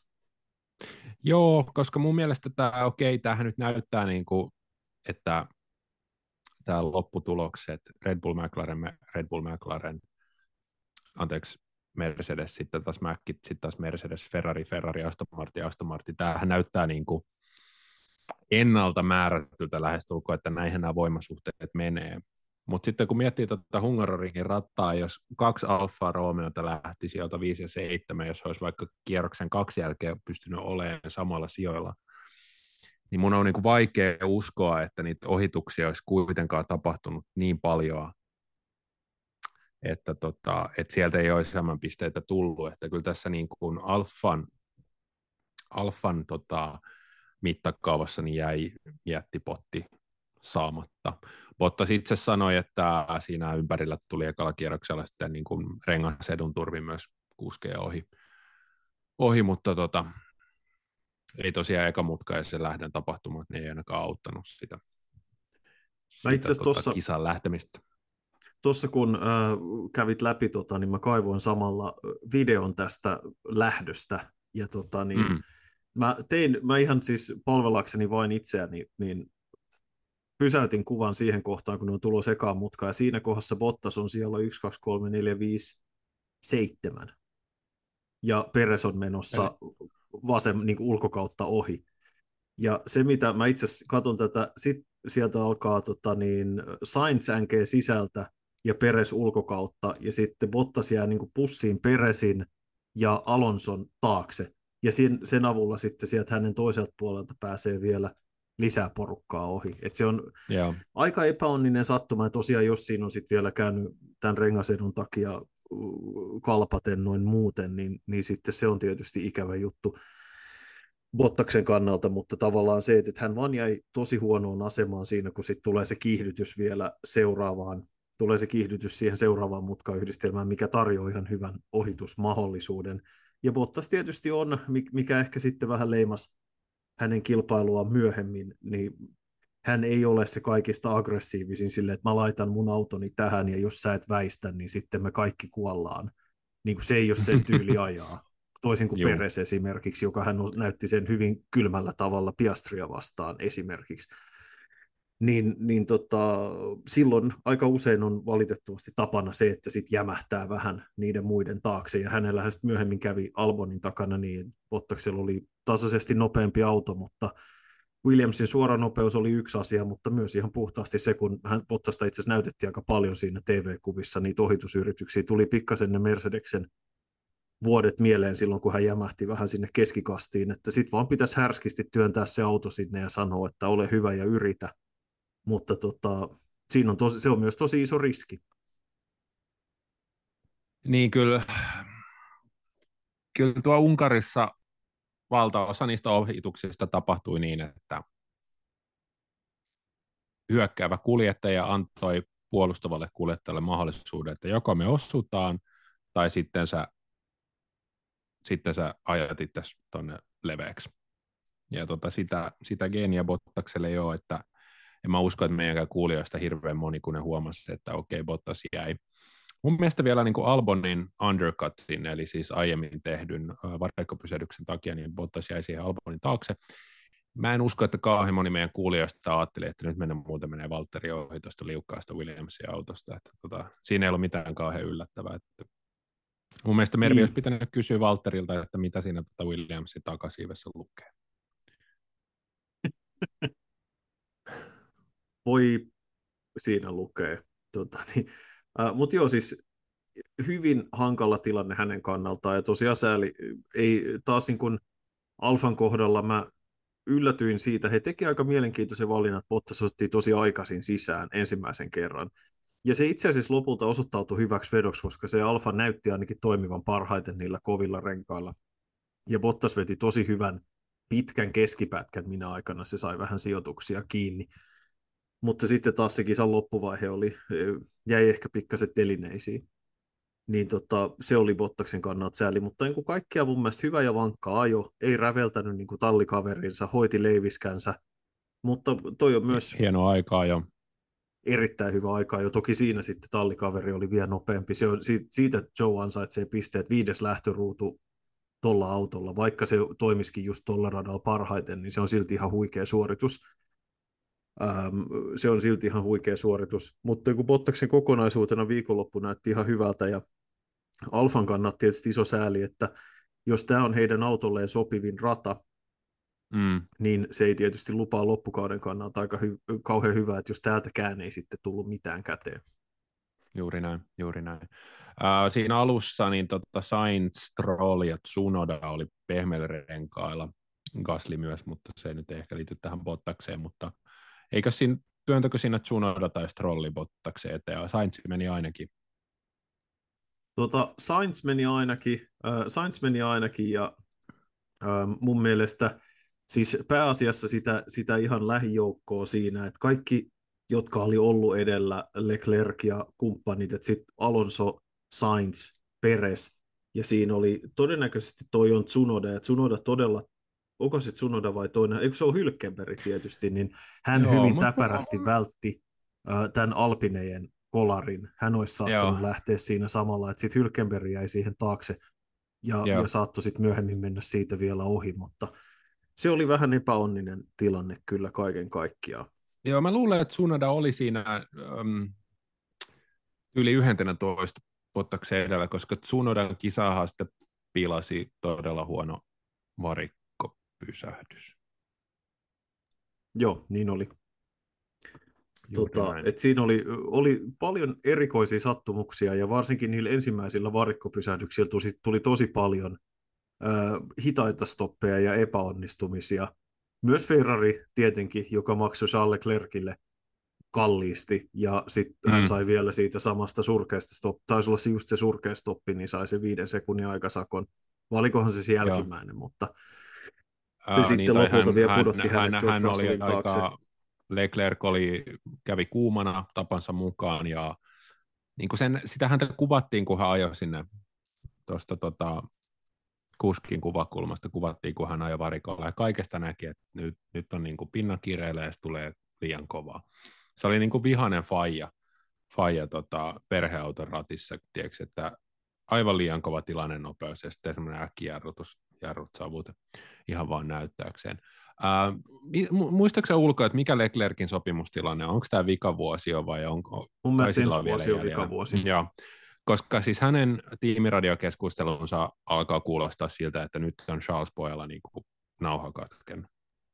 Joo, koska mun mielestä tämä, okei, tämähän nyt näyttää niin kuin, että tämä lopputulokset, Red Bull McLaren, Red Bull McLaren, anteeksi, Mercedes, sitten taas Mac, sitten taas Mercedes, Ferrari, Ferrari, Aston Martin, Aston Martin, tämähän näyttää niin kuin ennalta määrätyltä lähestulkoon, että näinhän nämä voimasuhteet menee. Mutta sitten kun miettii tuota Hungaroringin rattaa, jos kaksi Alfa Romeota lähti sieltä viisi ja seitsemän, jos olisi vaikka kierroksen kaksi jälkeen pystynyt olemaan samalla sijoilla, niin mun on niinku vaikea uskoa, että niitä ohituksia olisi kuitenkaan tapahtunut niin paljon, että, tota, että sieltä ei olisi saman pisteitä tullut. Että kyllä tässä niin kuin Alfan, Alfan tota, mittakaavassa niin jäi jättipotti saamatta. Bottas itse sanoi, että siinä ympärillä tuli ekalla kierroksella sitten niin kuin rengasedun turvi myös kuskee ohi, ohi mutta tota, ei tosiaan eka mutka ja se lähdön tapahtumat, niin ei ainakaan auttanut sitä, sitä tota, tossa, kisan lähtemistä. Tuossa kun äh, kävit läpi, tota, niin mä kaivoin samalla videon tästä lähdöstä, ja tota, niin mm. mä tein, mä ihan siis palvelakseni vain itseäni, niin pysäytin kuvan siihen kohtaan, kun ne on tulossa ekaan mutkaan, ja siinä kohdassa Bottas on siellä yksi, kaksi, kolme, neljä, viisi, seitsemän. Ja Perez on menossa Eli... vasem, niin kuin ulkokautta ohi. Ja se, mitä mä itse asiassa katson tätä, sit sieltä alkaa tota, niin, Sainz änkee sisältä ja Perez ulkokautta, ja sitten Bottas jää niin kuin pussiin Perezin ja Alonson taakse. Ja sen, sen avulla sitten sieltä hänen toiselta puolelta pääsee vielä lisää porukkaa ohi. Et se on yeah. aika epäonninen sattuma, ja tosiaan jos siinä on sitten vielä käynyt tämän rengasedun takia kalpaten noin muuten, niin, niin sitten se on tietysti ikävä juttu Bottaksen kannalta, mutta tavallaan se, että hän vaan jäi tosi huonoon asemaan siinä, kun sitten tulee se kiihdytys vielä seuraavaan, tulee se kiihdytys siihen seuraavaan mutkayhdistelmään, mikä tarjoaa ihan hyvän ohitusmahdollisuuden. Ja Bottas tietysti on, mikä ehkä sitten vähän leimas hänen kilpailuaan myöhemmin, niin hän ei ole se kaikista aggressiivisin silleen, että mä laitan mun autoni tähän, ja jos sä et väistä, niin sitten me kaikki kuollaan. Niin kuin se ei ole sen tyyli ajaa. Toisin kuin Perez esimerkiksi, joka hän näytti sen hyvin kylmällä tavalla Piastria vastaan esimerkiksi. Niin, niin tota, silloin aika usein on valitettavasti tapana se, että sit jämähtää vähän niiden muiden taakse, ja hänellä sitten myöhemmin kävi Albonin takana niin, Bottaksella oli tasaisesti nopeampi auto, mutta Williamsin suora nopeus oli yksi asia, mutta myös ihan puhtaasti se, kun hän Bottasta itse asiassa näytettiin aika paljon siinä T V-kuvissa, niitä ohitusyrityksiä tuli pikkasen ne Mercedeksen vuodet mieleen silloin, kun hän jämähti vähän sinne keskikastiin, että sitten vaan pitäisi härskisti työntää se auto sinne ja sanoa, että ole hyvä ja yritä, mutta tota, siinä on tosi, se on myös tosi iso riski. Niin kyllä, kyllä tuo Unkarissa valtaosa niistä ohituksista tapahtui niin, että hyökkäävä kuljettaja antoi puolustavalle kuljettajalle mahdollisuuden, että joko me osutaan, tai sitten sä, sitten sä ajat itse tuonne leveäksi. Ja tota, sitä, sitä geeniä Bottakselle ei ole, että en mä usko, että meidänkään kuulijoista hirveän moni, kun ne huomasi, että okei, okay, Bottas jäi. Mun mielestä vielä niin kuin Albonin undercutin, eli siis aiemmin tehdyn varikkopysähdyksen takia, niin Bottas jäi siihen Albonin taakse. Mä en usko, että kauhean moni meidän kuulijoista ajatteli, että nyt mennä muuten menee Valtteri ohi tuosta liukkaasta Williamsin autosta. Että tota, siinä ei ollut mitään kauhean yllättävää. Että mun mielestä Mervi niin olisi pitänyt kysyä Valtterilta, että mitä siinä tota Williamsin takasiivessä lukee. Voi siinä lukee. Tota, niin, äh, mutta joo, siis hyvin hankala tilanne hänen kannaltaan, ja tosiaan sääli, ei taas niin kuin Alfan kohdalla mä yllätyin siitä, he teki aika mielenkiintoisen valinnan, että Bottas otettiin tosi aikaisin sisään ensimmäisen kerran, Ja se itse asiassa lopulta osoittautui hyväksi vedoksi, koska se Alfa näytti ainakin toimivan parhaiten niillä kovilla renkailla. Ja Bottas veti tosi hyvän pitkän keskipätkän minä aikana, se sai vähän sijoituksia kiinni. Mutta sitten taas se kisan loppuvaihe oli, jäi ehkä pikkasen telineisiin. Niin tota, se oli Bottaksen kannalta sääli, mutta niin kuin kaikkia mun mielestä hyvä ja vankka ajo, ei räveltänyt niin kuin tallikaverinsa, hoiti leiviskänsä, mutta toi on myös hieno aikaa jo. Erittäin hyvä aikaa jo. Toki siinä sitten tallikaveri oli vielä nopeampi. Se on, siitä Joe ansaitsee pisteet viides lähtöruutu tuolla autolla. Vaikka se toimisikin just tuolla radalla parhaiten, niin se on silti ihan huikea suoritus. Ähm, se on silti ihan huikea suoritus. Mutta kun Bottaksen kokonaisuutena viikonloppu näytti ihan hyvältä ja Alfan kannalta tietysti iso sääli, että jos tämä on heidän autolleen sopivin rata, mm. niin se ei tietysti lupaa loppukauden kannalta aika hy- kauhean hyvää, että jos täältäkään ei sitten tullut mitään käteen. Juuri näin, juuri näin. Äh, siinä alussa niin tota Sainz, Stroll ja Tsunoda oli pehmeillä renkailla, Gasly myös, mutta se ei nyt ehkä liity tähän Bottakseen, mutta eikö siinä, työntäkö siinä Tsunoda tai Strolli Bottakseen eteen, ja Sainz meni ainakin. Tota, Sainz meni ainakin, äh, Sainz meni ainakin ja äh, mun mielestä siis pääasiassa sitä, sitä ihan lähijoukkoa siinä, että kaikki, jotka oli ollut edellä, Leclerc ja kumppanit, että sitten Alonso, Sainz, Perez, ja siinä oli todennäköisesti toi on Tsunoda, ja Tsunoda todella, onko se Tsunoda vai toinen, eikö se ole Hülkenberg tietysti, niin hän Joo, hyvin mutta... täpärästi vältti äh, tämän Alpinejen kolarin. Hän olisi saattanut Joo. lähteä siinä samalla, että sitten Hülkenberg jäi siihen taakse, ja, ja saattoi sitten myöhemmin mennä siitä vielä ohi, mutta se oli vähän epäonninen tilanne kyllä kaiken kaikkiaan. Joo, mä luulen, että Tsunoda oli siinä um, yli yhdentoista Bottaksen edellä, koska Tsunodan kisahan sitten pilasi todella huono varikkopysähdys. Joo, niin oli. Tota, et siinä oli, oli paljon erikoisia sattumuksia, ja varsinkin niillä ensimmäisillä varikkopysähdyksillä tuli, tuli tosi paljon hitaita stoppeja ja epäonnistumisia. Myös Ferrari tietenkin, joka maksoi Charles Leclercille kalliisti, ja sitten mm. hän sai vielä siitä samasta surkeasta stoppi, taisi olla se just se surkea stoppi, niin sai se viiden sekunnin aikasakon. Valikohan se se jälkimmäinen, Joo. mutta uh, sitten niin, lopulta hän, vielä pudotti hän, hänet hän, hän oli taakse. Aika, Leclerc oli, kävi kuumana tapansa mukaan, ja niin kuin sen, sitä häntä kuvattiin, kun hän ajoi sinne tuosta tota, kuskin kuvakulmasta kuvattiin, kun hän ajoi varikolla, ja kaikesta näki, että nyt, nyt on niin kuin pinna kireillä ja se tulee liian kovaa. Se oli niin kuin vihainen faija, faija tota, perheauton ratissa, tiedätkö, että aivan liian kova tilanne nopeus ja sitten semmoinen äkkijarrutus, jarrut savute ihan vaan näyttääkseen. Ää, muistaakseni ulkoa, että mikä Leclerkin sopimustilanne on? Onko tämä vikavuosi jo vai onko? Mun mielestä ensi vuosi on vikavuosi. Joo. Koska siis hänen tiimiradiokeskustelunsa alkaa kuulostaa siltä, että nyt on Charles pojalla niin kuin nauha katkennut.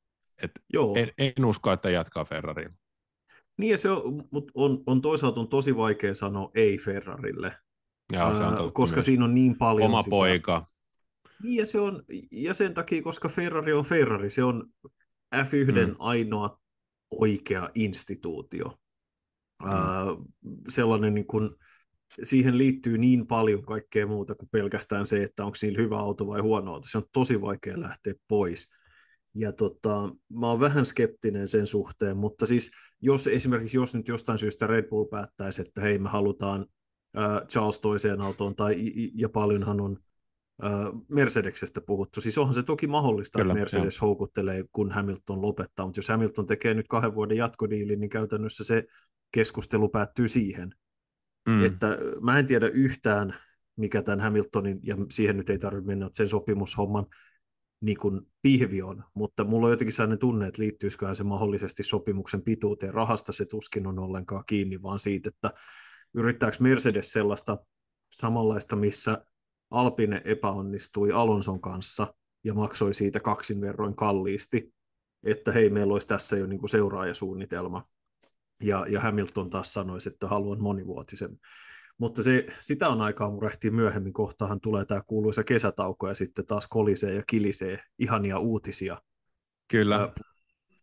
Et en, en usko, että jatkaa Ferrarilla. Niin, ja se on, mutta on, on toisaalta on tosi vaikea sanoa ei Ferrarille, Joo, se on koska myös. siinä on niin paljon Oma sitä. poika. Niin, ja, se on, ja sen takia, koska Ferrari on Ferrari, se on F yksi mm. ainoa oikea instituutio. Mm. Uh, sellainen niin kuin, siihen liittyy niin paljon kaikkea muuta kuin pelkästään se, että onko niillä hyvä auto vai huono auto. Se on tosi vaikea lähteä pois. Ja tota, mä oon vähän skeptinen sen suhteen, mutta siis jos esimerkiksi jos nyt jostain syystä Red Bull päättäisi, että hei me halutaan äh, Charles toiseen autoon, tai, ja paljonhan on äh, Mercedeksestä puhuttu, siis onhan se toki mahdollista, Kyllä, että Mercedes jo. houkuttelee, kun Hamilton lopettaa, mutta jos Hamilton tekee nyt kahden vuoden jatkodiilin, niin käytännössä se keskustelu päättyy siihen. Mm. Että mä en tiedä yhtään, mikä tämän Hamiltonin, ja siihen nyt ei tarvitse mennä, että sen sopimushomman niin kuin pihvi on, mutta mulla on jotenkin sellainen tunne, että liittyisikään se mahdollisesti sopimuksen pituuteen. Rahasta se tuskin on ollenkaan kiinni, vaan siitä, että yrittääkö Mercedes sellaista samanlaista, missä Alpine epäonnistui Alonson kanssa ja maksoi siitä kaksin verroin kalliisti, että hei, meillä olisi tässä jo niin kuin seuraajasuunnitelma. Ja, ja Hamilton taas sanoisi, että haluan monivuotisen. Mutta se, sitä on aikaa murehtia myöhemmin, kohtahan tulee tämä kuuluisa kesätauko ja sitten taas kolisee ja kilisee ihania uutisia. Kyllä. Ää,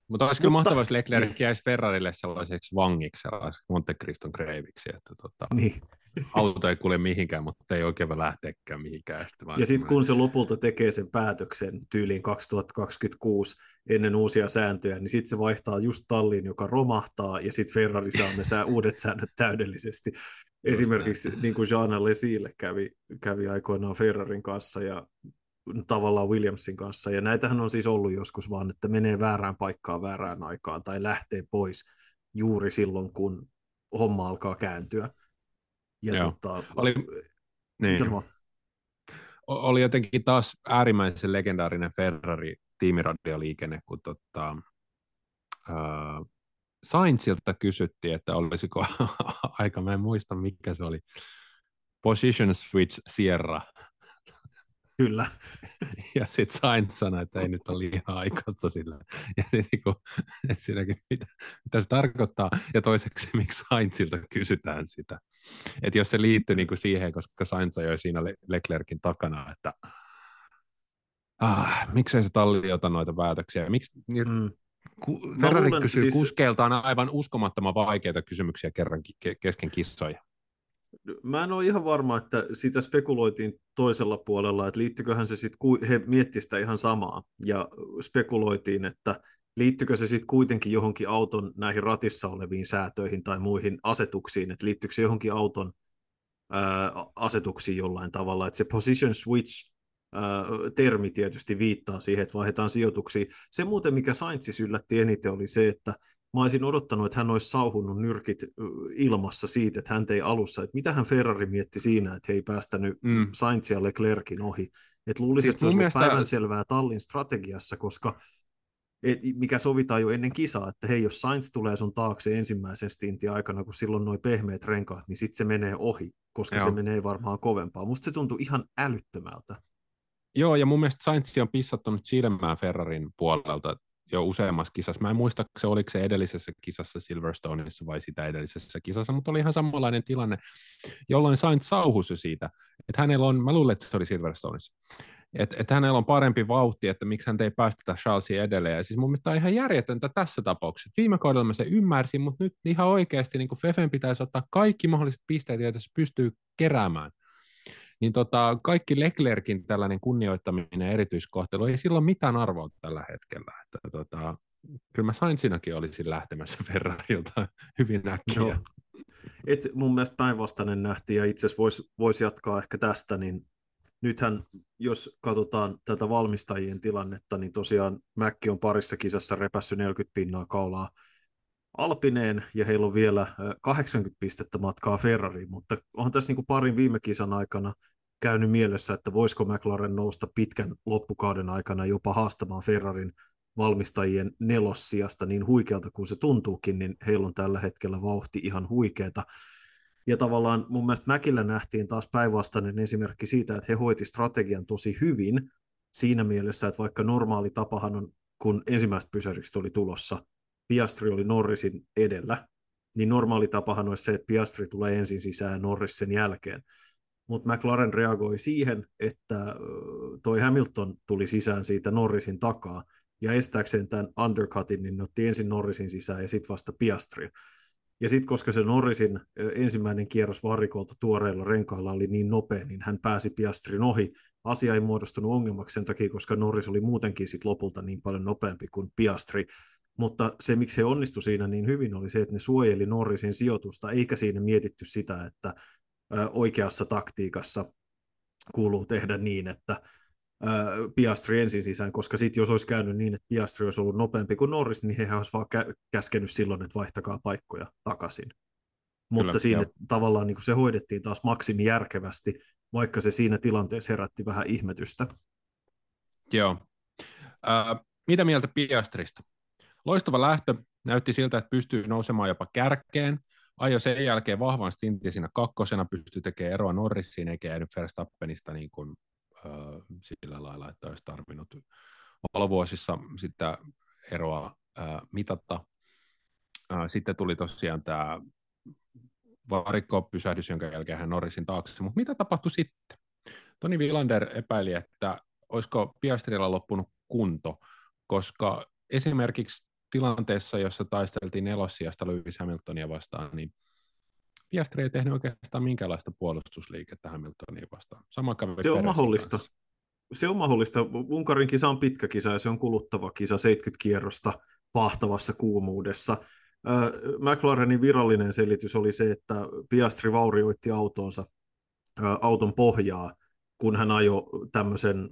Mutta olisi kyllä Mutta, mahtavaa, jos Leclerc niin, jäisi Ferrarille sellaiseksi vangiksi, sellaiseksi Monte Criston kreiviksi, että tota, niin. auto ei kulje mihinkään, mutta ei oikein voi lähteäkään mihinkään. Sitten vaan Ja sitten semmoinen... kun se lopulta tekee sen päätöksen tyyliin kaksituhattakaksikymmentäkuusi ennen uusia sääntöjä, niin sitten se vaihtaa just talliin, joka romahtaa, ja sitten Ferrari saa ne sää, uudet säännöt täydellisesti. Esimerkiksi niin kuin Jean Alesille kävi, kävi aikoinaan Ferrarin kanssa ja tavallaan Williamsin kanssa, ja näitähän on siis ollut joskus vaan, että menee väärään paikkaan väärään aikaan tai lähtee pois juuri silloin, kun homma alkaa kääntyä. Ja Joo. tota, Oli, niin. Oli jotenkin taas äärimmäisen legendaarinen Ferrari tiimiradioliikenne, kun tota, äh, Sainzilta kysyttiin, että olisiko aika, mä en muista mikä se oli, Position Switch Sierra. Kyllä. Ja sitten Sainz sanoi, että ei nyt ole liian aikaista sillä. Ja niin siinäkin, mitä, mitä se tarkoittaa, ja toiseksi, miksi Sainzilta kysytään sitä. Että jos se liittyy niin kuin siihen, koska Sainz ajoi siinä Leclerkin takana, että ah, miksei se talli ota noita päätöksiä. Miksi, Mm. ku, Ferrari luulen, kysyy siis... kuskeiltaan aivan uskomattoman vaikeita kysymyksiä kerran kesken kissoja. Mä en ole ihan varma, että sitä spekuloitiin toisella puolella, että liittyköhän se sitten, he miettivät sitä ihan samaa, ja spekuloitiin, että liittyykö se sitten kuitenkin johonkin auton näihin ratissa oleviin säätöihin tai muihin asetuksiin, että liittyykö se johonkin auton ää, asetuksiin jollain tavalla, että se position switch ää, termi tietysti viittaa siihen, että vaihdetaan sijoituksia. Se muuten, mikä Sainzis yllätti eniten, oli se, että mä olisin odottanut, että hän olisi sauhunut nyrkit ilmassa siitä, että hän ei alussa, että mitähän Ferrari mietti siinä, että he ei päästänyt mm. Sainzia Leclerkin ohi. Että luulisin, siis että se olisi mielestä... päivänselvää tallin strategiassa, koska et, mikä sovitaan jo ennen kisaa, että hei, jos Sainz tulee sun taakse ensimmäisen stintin aikana, kun silloin nuo pehmeät renkaat, niin sitten se menee ohi, koska Joo. se menee varmaan kovempaa. Musta se tuntui ihan älyttömältä. Joo, ja mun mielestä Sainz on pissattanut silmään Ferrarin puolelta jo useammassa kisassa. Mä en muista, se oliko se edellisessä kisassa Silverstoneissa vai sitä edellisessä kisassa, mutta oli ihan samanlainen tilanne, jolloin Sainz sauhusi siitä, että hänellä on, mä luulen, että se oli Silverstoneissa, että, että hänellä on parempi vauhti, että miksi hän ei päästetä Charlesia edelleen. Ja siis mun mielestä on ihan järjetöntä tässä tapauksessa. Viime kaudella mä se ymmärsin, mutta nyt ihan oikeasti niin Fefen pitäisi ottaa kaikki mahdolliset pisteet, joita se pystyy keräämään. Niin tota, kaikki Leclerkin tällainen kunnioittaminen ja erityiskohtelu ei sillä ole mitään arvoa tällä hetkellä. Että, tota, kyllä mä Sainzinakin olisin lähtemässä Ferrarilta hyvin äkkiä. No. Et mun mielestä päinvastainen nähtiin, ja itse asiassa voisi vois jatkaa ehkä tästä, niin nythän, jos katsotaan tätä valmistajien tilannetta, niin tosiaan Mäkki on parissa kisassa repässyt neljäkymmentä pinnaa kaulaa Alpineen, ja heillä on vielä kahdeksankymmentä pistettä matkaa Ferrariin, mutta on tässä niin kuin parin viime kisan aikana käynyt mielessä, että voisiko McLaren nousta pitkän loppukauden aikana jopa haastamaan Ferrarin valmistajien nelossijasta niin huikealta kuin se tuntuukin, niin heillä on tällä hetkellä vauhti ihan huikeeta. Ja tavallaan mun mielestä Mäkillä nähtiin taas päinvastainen esimerkki siitä, että he hoiti strategian tosi hyvin siinä mielessä, että vaikka normaali tapahan on, kun ensimmäiset pysähdykset oli tulossa, Piastri oli Norrisin edellä, niin normaali tapahan olisi se, että Piastri tulee ensin sisään ja Norris sen jälkeen. Mutta McLaren reagoi siihen, että toi Hamilton tuli sisään siitä Norrisin takaa, ja estääkseen tämän undercutin, niin ne otti ensin Norrisin sisään ja sitten vasta Piastri. Ja sitten koska se Norrisin ensimmäinen kierros varikolta tuoreilla renkailla oli niin nopea, niin hän pääsi Piastrin ohi. Asia ei muodostunut ongelmaksi sen takia, koska Norris oli muutenkin sit lopulta niin paljon nopeampi kuin Piastri. Mutta se, miksi he onnistui siinä niin hyvin, oli se, että ne suojeli Norrisin sijoitusta, eikä siinä mietitty sitä, että oikeassa taktiikassa kuuluu tehdä niin, että Piastri ensin sisään, koska sitten jos olisi käynyt niin, että Piastri olisi ollut nopeampi kuin Norris, niin he olisi vaan kä- käskenyt silloin, että vaihtakaa paikkoja takaisin. Mutta Kyllä, siinä jo. tavallaan niin kuin se hoidettiin taas maksimi järkevästi, vaikka se siinä tilanteessa herätti vähän ihmetystä. Joo. Äh, mitä mieltä Piastrista? Loistava lähtö, näytti siltä, että pystyy nousemaan jopa kärkeen, ajo sen jälkeen vahvan stintin siinä kakkosena, pystyy tekemään eroa Norrisiin, eikä jäänyt Verstappenista niin kuin, äh, sillä lailla, että olisi tarvinnut valovuosissa sitä eroa äh, mitata. Äh, sitten tuli tosiaan tämä varikkopysähdys, jonka jälkeen hän Norrisin taakse, mutta mitä tapahtui sitten? Toni Vilander epäili, että olisiko Piastrilla loppunut kunto, koska esimerkiksi tilanteessa, jossa taisteltiin nelossijasta Lewis Hamiltonia vastaan, niin Piastri ei tehnyt oikeastaan minkäänlaista puolustusliikettä Hamiltonia vastaan. Sama kävi Se on Peresin mahdollista. kanssa. Se on mahdollista. Unkarin kisa on pitkä kisa ja se on kuluttava kisa, seitsemänkymmentä kierrosta pahtavassa kuumuudessa. McLarenin virallinen selitys oli se, että Piastri vaurioitti autonsa, auton pohjaa, kun hän ajoi tämmöisen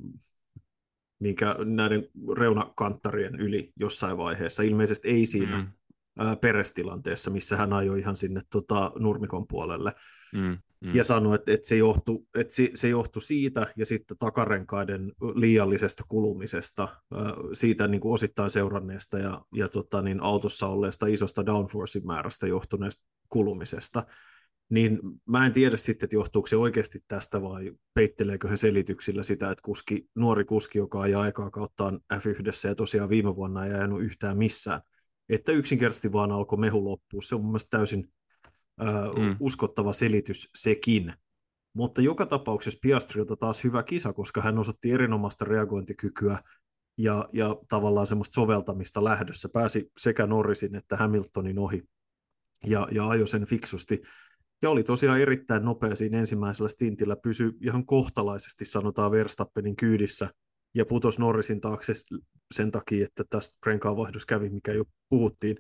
minkä näiden reunakanttarien yli jossain vaiheessa. Ilmeisesti ei siinä mm. Perez-tilanteessa, missä hän ajoi ihan sinne tota, nurmikon puolelle. Mm. Mm. Ja sanoi, että, että, se johtui, että se, se johtui siitä ja sitten takarenkaiden liiallisesta kulumisesta, siitä niin kuin osittain seuranneesta ja, ja tota, niin autossa olleesta isosta downforcein määrästä johtuneesta kulumisesta. Niin mä en tiedä sitten, että johtuuko se oikeasti tästä vai peitteleekö he selityksillä sitä, että kuski, nuori kuski, joka ajaa aikaa kauttaan F yksi ja tosiaan viime vuonna ei ajanut yhtään missään, että yksinkertaisesti vaan alkoi mehu loppua. Se on mun mielestä täysin Mm. uskottava selitys sekin. Mutta joka tapauksessa Piastrilta taas hyvä kisa, koska hän osoitti erinomaista reagointikykyä ja, ja tavallaan semmoista soveltamista lähdössä. Pääsi sekä Norrisin että Hamiltonin ohi ja, ja ajoi sen fiksusti. Ja oli tosiaan erittäin nopea siinä ensimmäisellä stintillä, pysyi ihan kohtalaisesti sanotaan Verstappenin kyydissä ja putosi Norrisin taakse sen takia, että tästä renkaan vaihdos kävi, mikä jo puhuttiin.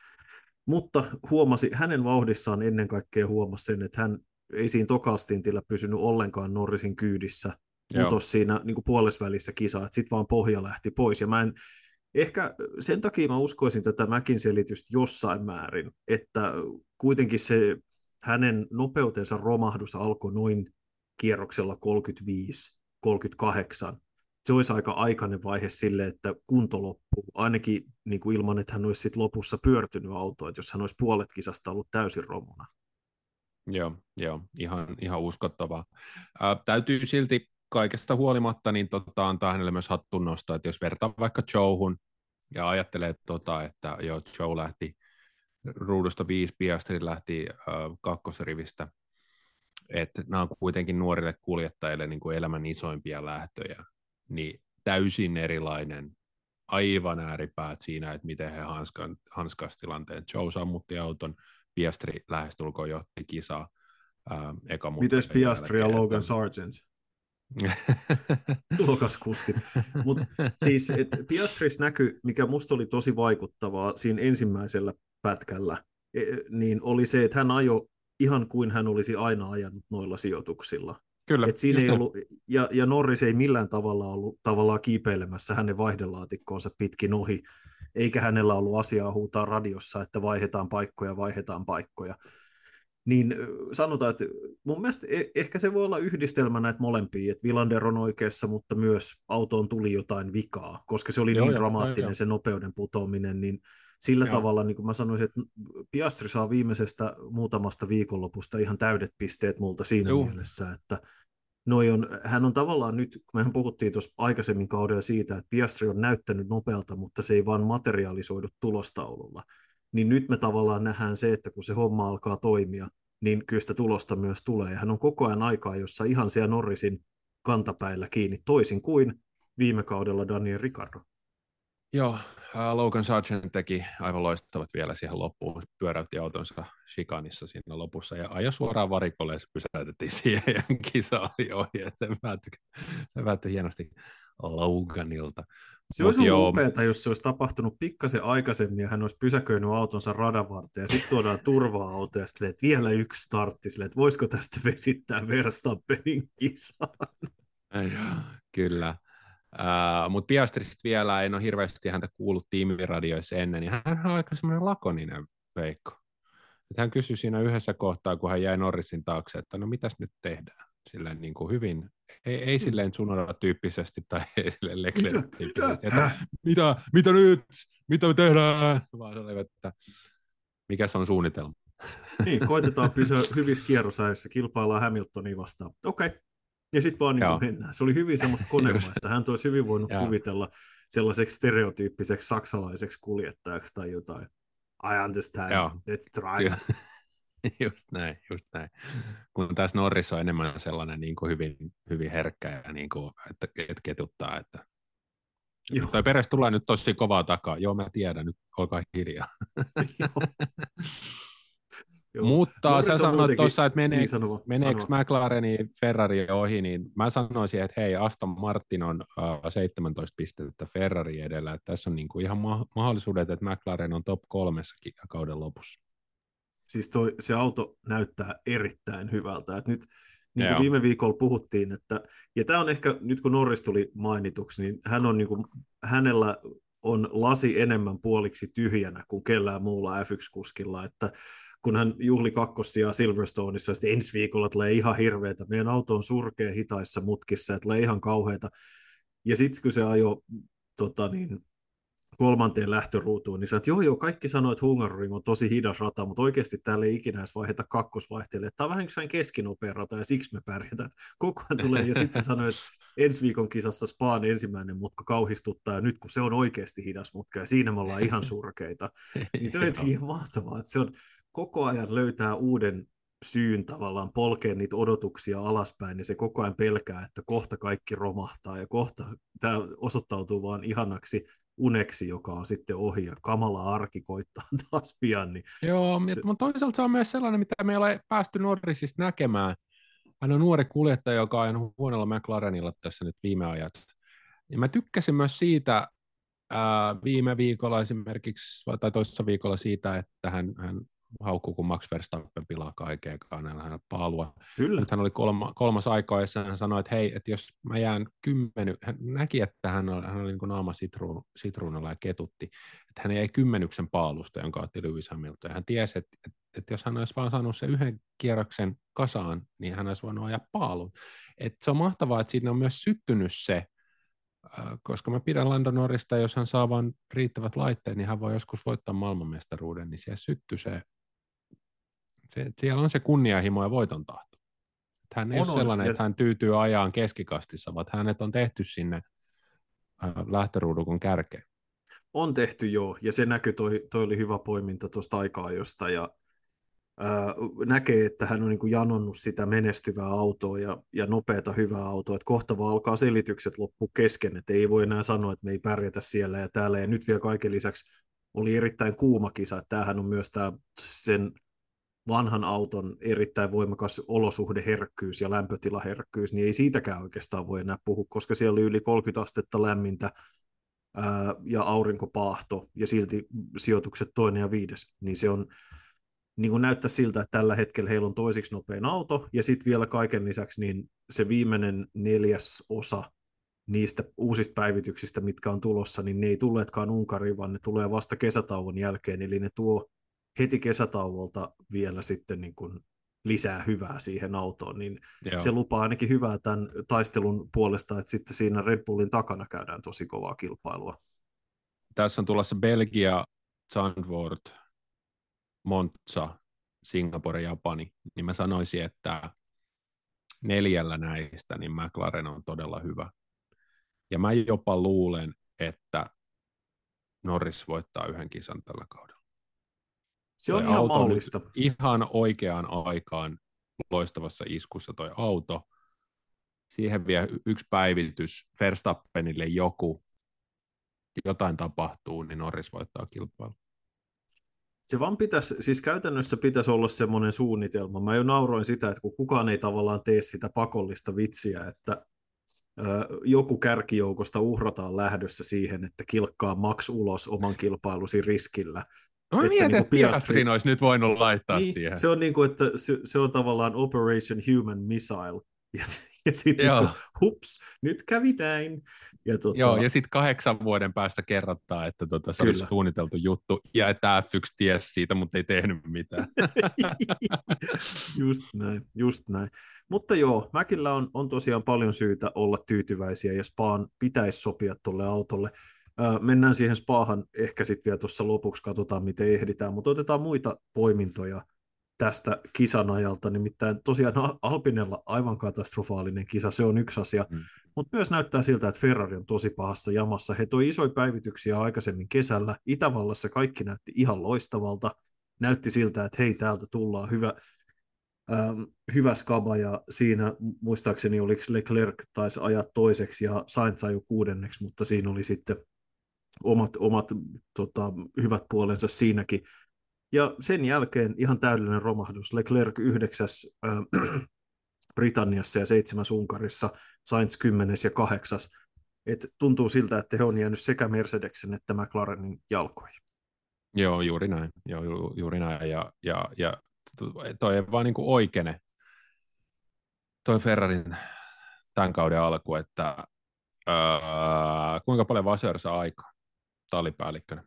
Mutta huomasi, hänen vauhdissaan ennen kaikkea huomasi sen, että hän ei siinä tokastintillä pysynyt ollenkaan Norrisin kyydissä, putosi siinä niin kuin puolesvälissä kisaa, että sitten vaan pohja lähti pois. Ja mä en, ehkä sen takia mä uskoisin tätä Mäkin selitystä jossain määrin, että kuitenkin se hänen nopeutensa romahdus alkoi noin kierroksella kolmekymmentäviisi kolmekymmentäkahdeksan. Se olisi aika aikainen vaihe sille, että kunto loppuu, ainakin niin kuin ilman, että hän olisi sit lopussa pyörtynyt autoa, että jos hän olisi puolet kisasta ollut täysin romuna. Joo, joo ihan, ihan uskottavaa. Ää, täytyy silti kaikesta huolimatta niin tota, antaa hänelle myös hattun nostaa, että jos vertaa vaikka Joehun ja ajattelee, tota, että joo, Joe lähti ruudusta viisi, Piastri lähti äh, kakkosrivistä, että nämä on kuitenkin nuorille kuljettajille niin kuin elämän isoimpia lähtöjä, niin täysin erilainen, aivan ääripäät siinä, että miten he hanskasivat tilanteen. Joe sammutti auton, Piastri lähestulkoon johti kisaa. Ää, eka Mites Piastri ja Logan että... Sargent? Tulokaskuskit. Mutta siis et Piastris näkyi, mikä musta oli tosi vaikuttavaa siinä ensimmäisellä pätkällä, niin oli se, että hän ajoi ihan kuin hän olisi aina ajanut noilla sijoituksilla. Kyllä, et siinä ei ollut, ja, ja Norris ei millään tavalla ollut tavallaan kiipeilemässä hänen vaihdelaatikkoonsa pitkin ohi, eikä hänellä ollut asiaa huutaa radiossa, että vaihdetaan paikkoja, vaihdetaan paikkoja. Niin sanotaan, että mun mielestä ehkä se voi olla yhdistelmä näitä molempia, että Villander on oikeassa, mutta myös autoon tuli jotain vikaa, koska se oli joo, niin jo, dramaattinen jo, se nopeuden putoaminen, niin sillä joo. tavalla, niin kuin mä sanoisin, että Piastri saa viimeisestä muutamasta viikonlopusta ihan täydet pisteet multa siinä joo. mielessä, että noi on, hän on tavallaan nyt, kun mehän puhuttiin tuossa aikaisemmin kaudella siitä, että Piastri on näyttänyt nopealta, mutta se ei vaan materialisoidu tulostaululla, niin nyt me tavallaan nähdään se, että kun se homma alkaa toimia, niin kyllä sitä tulosta myös tulee. Ja hän on koko ajan aikaa, jossa ihan siellä Norrisin kantapäillä kiinni, toisin kuin viime kaudella Daniel Ricciardo. Joo, Logan Sargent teki aivan loistavat vielä siihen loppuun, pyöräytti autonsa chikanissa siinä lopussa ja ajoi suoraan varikolle ja se pysäytettiin siihen ja kisa oli ohi, että se päättyi, se päättyi hienosti Loganilta. Se olisi ollut upeata, jos se olisi tapahtunut pikkasen aikaisemmin ja hän olisi pysäköinyt autonsa radan varteen ja sitten tuodaan turva-auto ja sitten, että vielä yksi startti, sille, että voisiko tästä vesittää Verstappenin kisaan. Kyllä. Uh, mutta Piastrista vielä en ole hirveästi häntä kuullut tiimiradioissa ennen, ja hän on aika semmoinen lakoninen Veikko. Että hän kysyi siinä yhdessä kohtaa, kun hän jäi Norrisin taakse, että no mitäs nyt tehdään? Silleen niin kuin hyvin, ei, ei hmm. silleen Tsunoda-tyyppisesti tai ei silleen Leclerc-tyyppisesti, että mitä, mitä nyt, mitä me tehdään? Vaan se oli, että mikä se on suunnitelma? Niin, koitetaan pysyä hyvissä kierrosajassa, kilpaillaan Hamiltonia vastaan. Okei. Okay. Ja sitten vaan niin mennään. Se oli hyvin semmoista konemaista. Hän olisi hyvin voinut kuvitella sellaiseksi stereotyyppiseksi saksalaiseksi kuljettajaksi tai jotain. I understand, Joo. let's try. Just näin, just näin. Kun taas Norris on enemmän sellainen niin kuin hyvin, hyvin herkkä ja niin kuin, että, että ketuttaa, että Joo. Toi Peres tulee nyt tosi kovaa takaa. Joo, mä tiedän, nyt olkaa hiljaa. Joo. Mutta Norris sä on sanoit muutenkin- tuossa, että niin, meneekö, sano vaan, meneekö sano vaan. McLareni Ferrari ohi, niin mä sanoisin, että hei, Aston Martin on uh, seitsemäntoista pistettä Ferrari edellä. Että tässä on niinku ihan ma- mahdollisuudet, että McLaren on top kolmessakin kauden lopussa. Siis toi, se auto näyttää erittäin hyvältä. Et nyt, niin kuin Joo. viime viikolla puhuttiin, että, ja tämä on ehkä, nyt kun Norris tuli mainituksi, niin, hän on niin kuin, hänellä on lasi enemmän puoliksi tyhjänä kuin kellään muulla F yksi -kuskilla, että kun hän juhli kakkossia Silverstoneissa, sitten ensi viikolla tulee ihan hirveätä, meidän auto on surkea hitaissa mutkissa, ja tulee ihan kauheata. Ja sitten kun se ajoi tota niin, kolmanteen lähtöruutuun, niin sä, että joo joo, kaikki sanoo, että Hungaroring on tosi hidas rata, mutta oikeasti täällä ei ikinä edes vaiheta kakkosvaihteelle. Tämä on vähän niin kuin keskinopea rata, ja siksi me pärjätään. Koko ajan tulee, ja sitten sä sanoit, että ensi viikon kisassa Spaan ensimmäinen mutka kauhistuttaa, ja nyt kun se on oikeasti hidas mutka, ja siinä me ollaan ihan surkeita, niin se on jotenkin mahtavaa, että se on koko ajan löytää uuden syyn tavallaan polkea niitä odotuksia alaspäin, niin se koko ajan pelkää, että kohta kaikki romahtaa, ja kohta tämä osoittautuu vaan ihanaksi uneksi, joka on sitten ohi, ja kamala arki koittaa taas pian. Niin Joo, se... mutta toisaalta se on myös sellainen, mitä me ei ole päästy Norrisista näkemään. Hän on nuori kuljettaja, joka on ajanut huonolla McLarenilla tässä nyt viime ajat. Ja mä tykkäsin myös siitä ää, viime viikolla esimerkiksi, tai toisessa viikolla siitä, että hän, hän haukkuu, kun Max Verstappen pilaa kaikkea, hänellä hän paalua. Kyllä. Nyt hän oli kolma, kolmas aika, ja hän sanoi, että hei, että jos mä jään kymmeny, hän näki, että hän oli, hän oli niin kuin naama sitruun, sitruunalla ja ketutti, että hän jäi kymmenyksen paalusta, jonka otti Lewis Hamilton. Ja hän tiesi, että, että, että jos hän olisi vaan saanut sen yhden kierroksen kasaan, niin hän olisi voinut ajaa paalun. Että se on mahtavaa, että siinä on myös syttynyt se, koska mä pidän Lando Norrista, jos hän saa vain riittävät laitteet, niin hän voi joskus voittaa maailmanmestaruuden, niin siellä syttyy se, se siellä on se kunnianhimo ja voiton tahto. Että hän ei on, ole sellainen, on, että hän tyytyy ajaan keskikastissa, vaan hänet on tehty sinne lähtöruudukon kärkeen. On tehty joo, ja se näkyy, toi, toi oli hyvä poiminta tuosta aika-ajosta, ja ää, näkee, että hän on niin kuin janonnut sitä menestyvää autoa ja, ja nopeata hyvää autoa, että kohta vaan alkaa selitykset loppu kesken, että ei voi enää sanoa, että me ei pärjätä siellä ja täällä, ja nyt vielä kaiken lisäksi oli erittäin kuuma kisa, että tämähän on myös tämä sen vanhan auton erittäin voimakas olosuhdeherkkyys ja lämpötilaherkkyys, niin ei siitäkään oikeastaan voi enää puhua, koska siellä oli yli kolmekymmentä astetta lämmintä ää, ja aurinkopaahto, ja silti sijoitukset toinen ja viides, niin se on niin kuin näyttää siltä, että tällä hetkellä heillä on toisiksi nopein auto, ja sitten vielä kaiken lisäksi niin se viimeinen neljäs osa niistä uusista päivityksistä, mitkä on tulossa, niin ne ei tulleetkaan Unkariin, vaan ne tulee vasta kesätauon jälkeen, eli ne tuo heti kesätauolta vielä sitten niin kuin lisää hyvää siihen autoon, niin Joo. se lupaa ainakin hyvää tämän taistelun puolesta, että sitten siinä Red Bullin takana käydään tosi kovaa kilpailua. Tässä on tulossa Belgia, Zandvoort, Monza, Singapore, Japani, niin mä sanoisin, että neljällä näistä niin McLaren on todella hyvä. Ja mä jopa luulen, että Norris voittaa yhden kisan tällä kaudella. Se on toi ihan mahdollista. Ihan oikeaan aikaan loistavassa iskussa toi auto. Siihen vielä yksi päivitys, Verstappenille joku, jotain tapahtuu, niin Norris voittaa kilpailu. Se vaan pitäisi, siis käytännössä pitäisi olla semmoinen suunnitelma. Mä jo nauroin sitä, että kun kukaan ei tavallaan tee sitä pakollista vitsiä, että ö, joku kärkijoukosta uhrataan lähdössä siihen, että kilkkaa Max ulos oman kilpailusi riskillä. No mä mietin, niin että Piastrin olisi nyt voinut laittaa niin, siihen. Se on niin kuin, että se, se on tavallaan Operation Human Missile. Ja, ja sitten niin hups, nyt kävi näin. Ja tota... Joo, ja sitten kahdeksan vuoden päästä kerrotaan, että tota, se olisi suunniteltu juttu, ja että F yksi tiesi siitä, mutta ei tehnyt mitään. Just näin, just näin. Mutta joo, Mäkillä on, on tosiaan paljon syytä olla tyytyväisiä, ja Spaan pitäisi sopia tuolle autolle. Öö, mennään siihen Spaahan ehkä sitten vielä tuossa lopuksi, katsotaan miten ehditään, mutta otetaan muita poimintoja tästä kisan ajalta, nimittäin tosiaan Alpinella aivan katastrofaalinen kisa, se on yksi asia, mm. mutta myös näyttää siltä, että Ferrari on tosi pahassa jamassa. He toi isoja päivityksiä aikaisemmin kesällä, Itävallassa kaikki näytti ihan loistavalta, näytti siltä, että hei, täältä tullaan hyvä, ähm, hyvä skaba, ja siinä muistaakseni oliko Leclerc taisi ajaa toiseksi ja Sainz ajoi kuudenneksi, mutta siinä oli sitten omat, omat tota, hyvät puolensa siinäkin. Ja sen jälkeen ihan täydellinen romahdus. Leclerc yhdeksäs äh, Britanniassa ja seitsemäs Unkarissa, Sainz kymmenes ja kahdeksas. Et tuntuu siltä, että he on jäänyt sekä Mercedeksen että McLarenin jalkoihin. Joo, juuri näin. Joo, ju, juuri näin. Ja, ja, ja toi ei vaan niin kuin oikene, toi Ferrarin tämän kauden alku, että öö, kuinka paljon Vasseur saa aikaa tallipäällikkönä.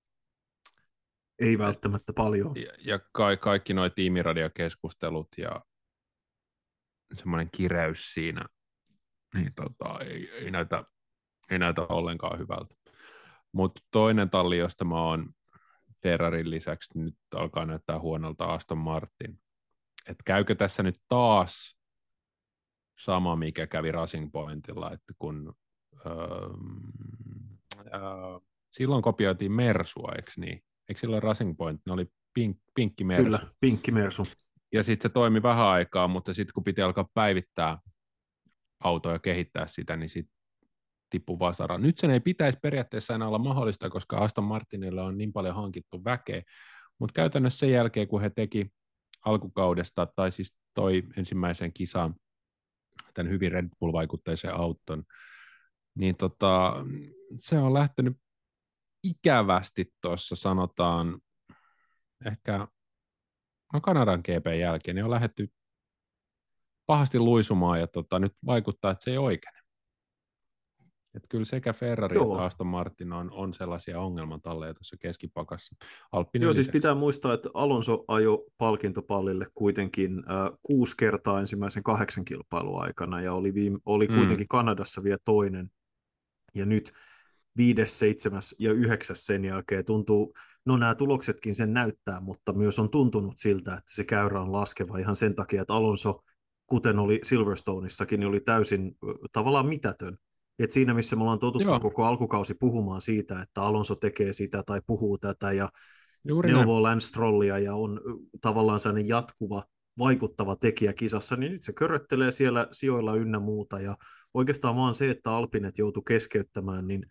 Ei välttämättä paljon. Ja, ja ka- kaikki nuo tiimiradiokeskustelut ja semmoinen kireys siinä, niin tota, ei, ei, näytä, ei näytä ollenkaan hyvältä. Mutta toinen talli, josta mä oon Ferrarin lisäksi nyt alkaa näyttää huonolta, Aston Martin. Et käykö tässä nyt taas sama, mikä kävi Racing Pointilla, että kun öö, öö, silloin kopioitiin Mersua, eikö niin? Eikö silloin Racing Point, ne oli pink, pinkki Mersu? Kyllä, pinkki Mersu. Ja sitten se toimi vähän aikaa, mutta sitten kun piti alkaa päivittää autoa ja kehittää sitä, niin sitten tippui vasara. Nyt sen ei pitäisi periaatteessa enää olla mahdollista, koska Aston Martinilla on niin paljon hankittu väkeä, mutta käytännössä sen jälkeen, kun he teki alkukaudesta, tai siis toi ensimmäisen kisan, tämän hyvin Red Bull-vaikutteisen auton, niin tota, se on lähtenyt ikävästi tuossa, sanotaan, ehkä no Kanadan G P:n jälkeen, niin on lähdetty pahasti luisumaan, ja tota, nyt vaikuttaa, että se ei oikein. Että kyllä sekä Ferrari Joo. että Aston Martin on, on sellaisia ongelmatalleja tuossa keskipakassa. Alppinen Joo, siis lisäksi. pitää muistaa, että Alonso ajoi palkintopallille kuitenkin äh, kuusi kertaa ensimmäisen kahdeksan kilpailun aikana, ja oli, viime, oli Mm. kuitenkin Kanadassa vielä toinen, ja nyt viides, seitsemäs ja yhdeksäs sen jälkeen tuntuu, no nämä tuloksetkin sen näyttää, mutta myös on tuntunut siltä, että se käyrä on laskeva ihan sen takia, että Alonso, kuten oli Silverstoneissakin, niin oli täysin ö, tavallaan mitätön. Et siinä, missä me ollaan totuttu Joo. koko alkukausi puhumaan siitä, että Alonso tekee sitä tai puhuu tätä ja Juuri näin. neuvoo Lance Strollia ja on ö, tavallaan sellainen jatkuva, vaikuttava tekijä kisassa, niin nyt se köröttelee siellä sijoilla ynnä muuta, ja oikeastaan vaan se, että Alpinet joutui keskeyttämään, niin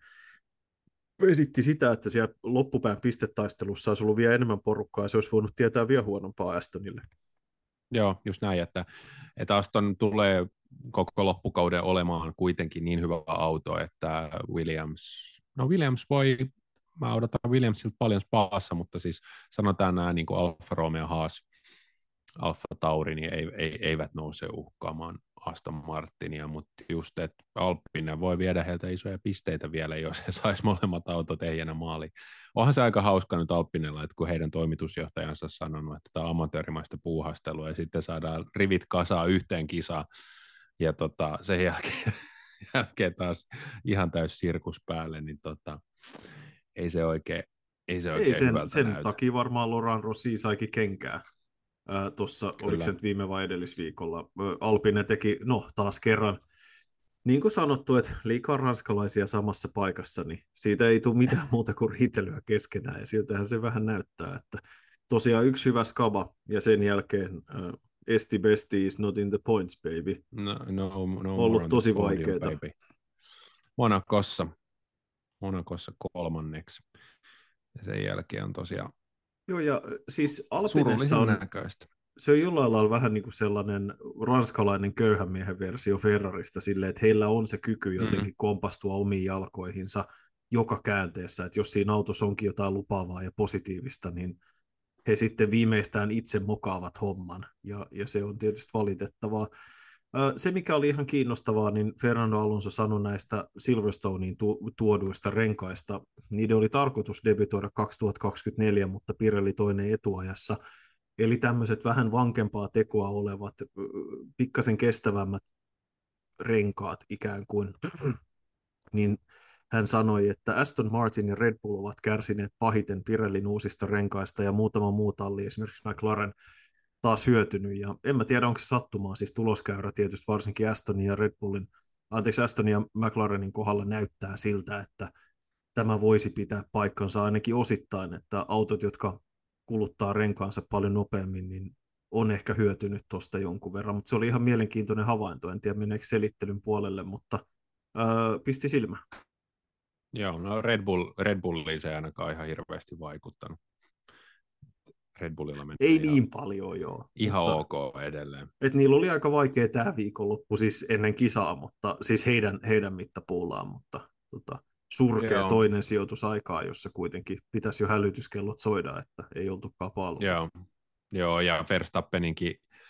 esitti sitä, että siellä loppupään pistetaistelussa olisi ollut vielä enemmän porukkaa, ja se olisi voinut tietää vielä huonompaa Astonille. Joo, just näin, että, että Aston tulee koko loppukauden olemaan kuitenkin niin hyvä auto, että Williams, no Williams voi, mä odotan Williamsilta paljon spaassa, mutta siis sanotaan nämä niin kuin Alfa Romeo, Haas, Alfa Tauri, niin ei, ei, eivät nouse uhkaamaan Aston Martinia, mutta just, että Alppinen voi viedä heiltä isoja pisteitä vielä, jos he sais molemmat autot ehjänä maaliin. Onhan se aika hauska nyt Alppinella, että kun heidän toimitusjohtajansa sanonut, että tämä on amatöörimaista puuhastelua, ja sitten saadaan rivit kasaa yhteen kisaan, ja tota, sen jälkeen, jälkeen taas ihan täys sirkus päälle, niin tota, ei se oikein, ei se oikein Ei sen, hyvältä sen näytä. takia varmaan Laurent Rossi saikin kenkää. Tuossa, oliko se nyt viime vai edellisviikolla. Ö, Alpine teki, no taas kerran, niin kuin sanottu, että liikaa ranskalaisia samassa paikassa, niin siitä ei tule mitään muuta kuin riitelyä keskenään, ja siltähän se vähän näyttää, että tosiaan yksi hyvä skaba, ja sen jälkeen uh, Esti Besti is not in the points, baby. No, no, no Ollut more on tosi the podium, vaikeeta. baby. Monakossa, Monakossa kolmanneksi. Ja sen jälkeen on tosiaan Joo, ja siis Alpinessa surullisen on, näköistä. se on jollain lailla vähän niin kuin sellainen ranskalainen köyhän miehen versio Ferrarista silleen, että heillä on se kyky jotenkin Mm-hmm. kompastua omiin jalkoihinsa joka käänteessä, että jos siinä autossa onkin jotain lupaavaa ja positiivista, niin he sitten viimeistään itse mokaavat homman, ja, ja se on tietysti valitettavaa. Se, mikä oli ihan kiinnostavaa, niin Fernando Alonso sanoi näistä Silverstonein tu- tuoduista renkaista. Niiden oli tarkoitus debytoida kaksituhattakaksikymmentäneljä, mutta Pirelli toinen etuajassa. Eli tämmöiset vähän vankempaa tekoa olevat, pikkasen kestävämmät renkaat ikään kuin, niin hän sanoi, että Aston Martin ja Red Bull ovat kärsineet pahiten Pirellin uusista renkaista, ja muutama muu talli, esimerkiksi McLaren, taas hyötynyt, ja en mä tiedä, onko se sattumaa, siis tuloskäyrä tietysti varsinkin Astonin ja Red Bullin, anteeksi Astonin ja McLarenin kohdalla näyttää siltä, että tämä voisi pitää paikkansa ainakin osittain, että autot, jotka kuluttaa renkaansa paljon nopeammin, niin on ehkä hyötynyt tuosta jonkun verran, mutta se oli ihan mielenkiintoinen havainto. En tiedä, meneekö selittelyn puolelle, mutta öö, pisti silmä. Joo, no Red, Bull, Red Bulliin se ei ainakaan ihan hirveästi vaikuttanut. Red Bullilla meni Ei ihan, niin paljon, joo. ihan mutta, ok edelleen. Et niillä oli aika vaikea tämä viikonloppu siis ennen kisaa, mutta siis heidän, heidän mittapuullaan, mutta tota, surkea Joo. toinen sijoitus aikaa, jossa kuitenkin pitäisi jo hälytyskellot soida, että ei oltukaan paalulla. Joo. Joo, ja Verstappeninkin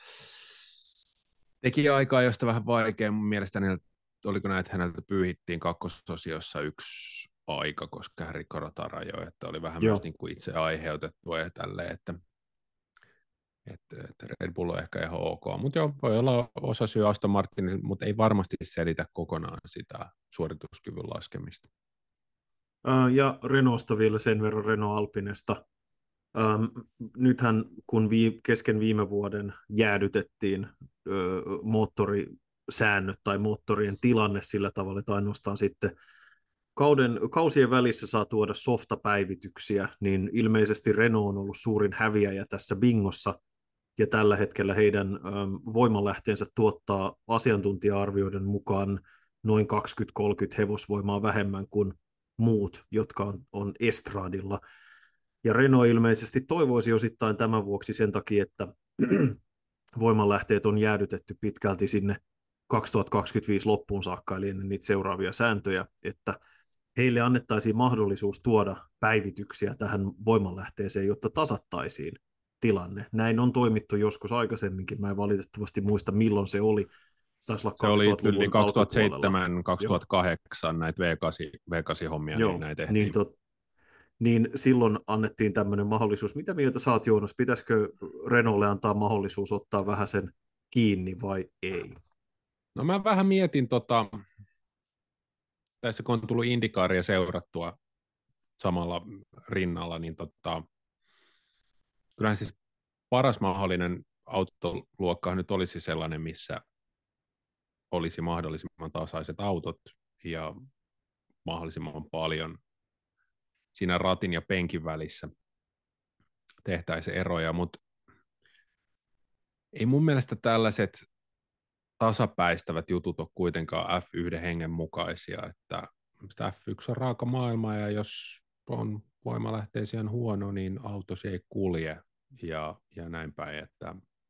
teki aikaa, josta vähän vaikea. Mun mielestä häneltä, oliko näin, että häneltä pyyhittiin kakkososiossa yksi aika, koska hän rikkoi ratarajoi, että oli vähän Joo. myös niin kuin itse aiheutettua ja tälleen, että, että, että Red Bull on ehkä ihan ok. Mutta joo, voi olla osa syy Aston Martin, mutta ei varmasti selitä kokonaan sitä suorituskyvyn laskemista. Ja Renaultsta vielä sen verran Renault Alpinesta. Ähm, nythän kun vii, kesken viime vuoden jäädytettiin ö, moottorisäännöt tai moottorien tilanne sillä tavalla, että ainoastaan sitten kauden, kausien välissä saa tuoda softapäivityksiä, niin ilmeisesti Renault on ollut suurin häviäjä tässä bingossa, ja tällä hetkellä heidän ähm, voimanlähteensä tuottaa asiantuntija-arvioiden mukaan noin kaksikymmentä kolmekymmentä hevosvoimaa vähemmän kuin muut, jotka on, on estradilla. Ja Renault ilmeisesti toivoisi osittain tämän vuoksi sen takia, että voimanlähteet on jäädytetty pitkälti sinne kaksituhattakaksikymmentäviisi loppuun saakka, eli ennen niitä seuraavia sääntöjä, että heille annettaisiin mahdollisuus tuoda päivityksiä tähän voimanlähteeseen, jotta tasattaisiin tilanne. Näin on toimittu joskus aikaisemminkin, mä en valitettavasti muista milloin se oli. Taisi olla se oli yli kaksituhattaseitsemän, kaksituhattakahdeksan näitä V kahdeksan, V kahdeksan-hommia, Joo, niin näitä tehtiin. Niin, tot, niin silloin annettiin tämmöinen mahdollisuus. Mitä mieltä sä oot, Joonas? Pitäisikö Renaultille antaa mahdollisuus ottaa vähän sen kiinni vai ei? No mä vähän mietin, tota, tässä kun on tullut Indikaaria seurattua samalla rinnalla, niin tota, kyllähän siis paras mahdollinen autoluokka nyt olisi sellainen, missä olisi mahdollisimman tasaiset autot ja mahdollisimman paljon siinä ratin ja penkin välissä tehtäisiin eroja, mutta ei mun mielestä tällaiset tasapäistävät jutut ole kuitenkaan F yksi hengen mukaisia, että F yksi on raaka maailma ja jos on voimalähteisiä huono, niin autosi ei kulje ja, ja näin päin, että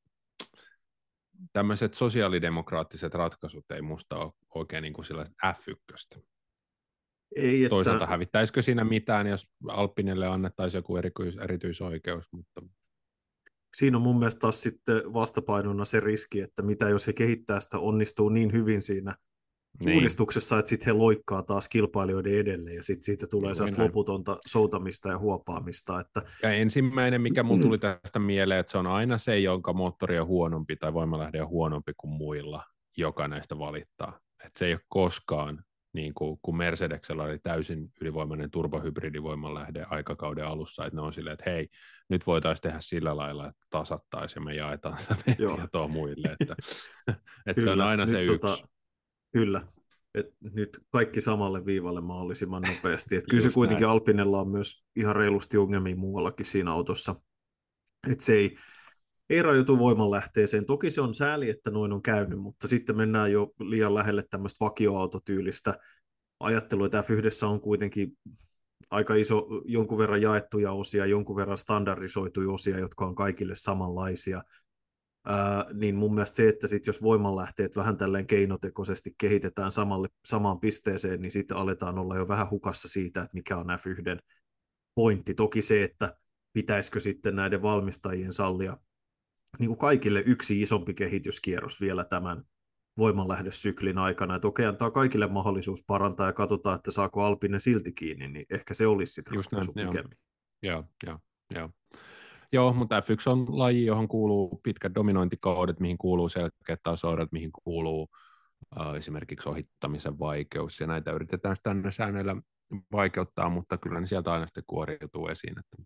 tämmöiset sosiaalidemokraattiset ratkaisut ei musta ole oikein niin kuin sellaista F yksi. Ei, että... Toisaalta hävittäisikö siinä mitään, jos Alpinelle annettaisiin joku erityis- erityisoikeus, mutta... Siinä on mun mielestä taas sitten vastapainona se riski, että mitä jos he kehittää sitä, onnistuu niin hyvin siinä niin. uudistuksessa, että sitten he loikkaa taas kilpailijoiden edelle ja sitten siitä tulee niin, sellaista loputonta soutamista ja huopaamista. Että... Ja ensimmäinen, mikä mun tuli tästä mieleen, että se on aina se, jonka moottori on huonompi tai voimalähde on huonompi kuin muilla, joka näistä valittaa. Että se ei ole koskaan, niin kuin, kun Mercedesellä oli täysin ylivoimainen turbohybridivoimalähde aikakauden alussa, että ne on silleen, että hei, nyt voitaisiin tehdä sillä lailla, että tasattaisiin ja me jaetaan tätä tietoa muille. Että, että se on aina se yksi. Tota... Kyllä, et nyt kaikki samalle viivalle mahdollisimman nopeasti. Et kyllä se kuitenkin näin. Alpinella on myös ihan reilusti ongelmia muuallakin siinä autossa. Et se ei, ei rajoitu voimanlähteeseen. Toki se on sääli, että noin on käynyt, mutta sitten mennään jo liian lähelle tämmöistä vakioautotyylistä ajattelua, että F yksi on kuitenkin aika iso, jonkun verran jaettuja osia, jonkun verran standardisoituja osia, jotka on kaikille samanlaisia. Ää, niin mun mielestä se, että sit jos voimanlähteet vähän tälleen keinotekoisesti kehitetään samalle, samaan pisteeseen, niin sitten aletaan olla jo vähän hukassa siitä, että mikä on F yksi pointti. Toki se, että pitäisikö sitten näiden valmistajien sallia niin kuin kaikille yksi isompi kehityskierros vielä tämän voimanlähdesyklin aikana, että okei, antaa kaikille mahdollisuus parantaa ja katsotaan, että saako Alpine silti kiinni, niin ehkä se olisi sitten ratkaisu pikemmin. Joo, joo, joo. Joo, mutta F yksi on laji, johon kuuluu pitkät dominointikaudet, mihin kuuluu selkeät tasoudet, mihin kuuluu äh, esimerkiksi ohittamisen vaikeus, ja näitä yritetään tänne säännöillä vaikeuttaa, mutta kyllä ne sieltä aina sitten kuoriutuu esiin. Että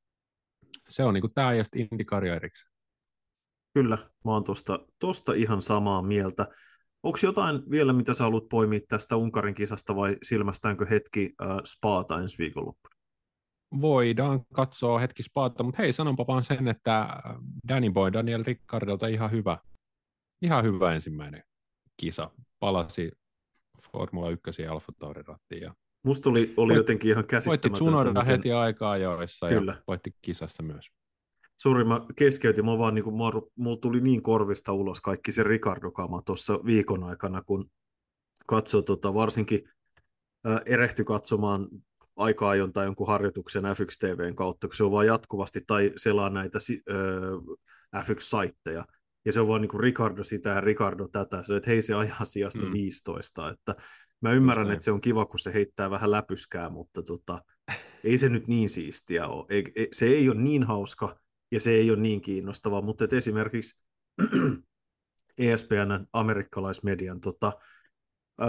se on niin kuin tämä ja sitten Indikaria erikseen. Kyllä, mä oon tosta, tosta ihan samaa mieltä. Onko jotain vielä, mitä sä haluat poimia tästä Unkarin kisasta, vai silmästäänkö hetki äh, Spaata ensi viikonloppuna? voidaan katsoa hetki spaata, mutta hei, sanonpa vaan sen, että Danny Boy, Daniel Ricciardolta ihan hyvä, ihan hyvä ensimmäinen kisa. Palasi Formula yksi ja Alfa Taurin rattiin. Ja musta oli, oli voit, jotenkin ihan voitti käsittämätöntä. Tsunoda miten... heti aikaa ajoissa Kyllä. ja voitti kisassa myös. Sori, mä keskeytin. Mä vaan, niin kuin, mulla tuli niin korvista ulos kaikki se Ricardo-kama tuossa viikon aikana, kun katsoi tota, varsinkin äh, erehtyi katsomaan aika-ajon tai jonkun harjoituksen F yksi T V:n kautta, kun se on vaan jatkuvasti, tai selaa näitä äh, F yksi-saitteja. Ja se on vaan niin kuin Ricardo sitä ja Ricardo tätä, se, että hei se ajaa sijasta mm. viisitoista. Että mä ymmärrän, että se on kiva, kun se heittää vähän läpyskää, mutta tota, ei se nyt niin siistiä ole. Ei, ei, se ei ole niin hauska ja se ei ole niin kiinnostava, mutta esimerkiksi E S P N:n amerikkalaismedian tota, ää,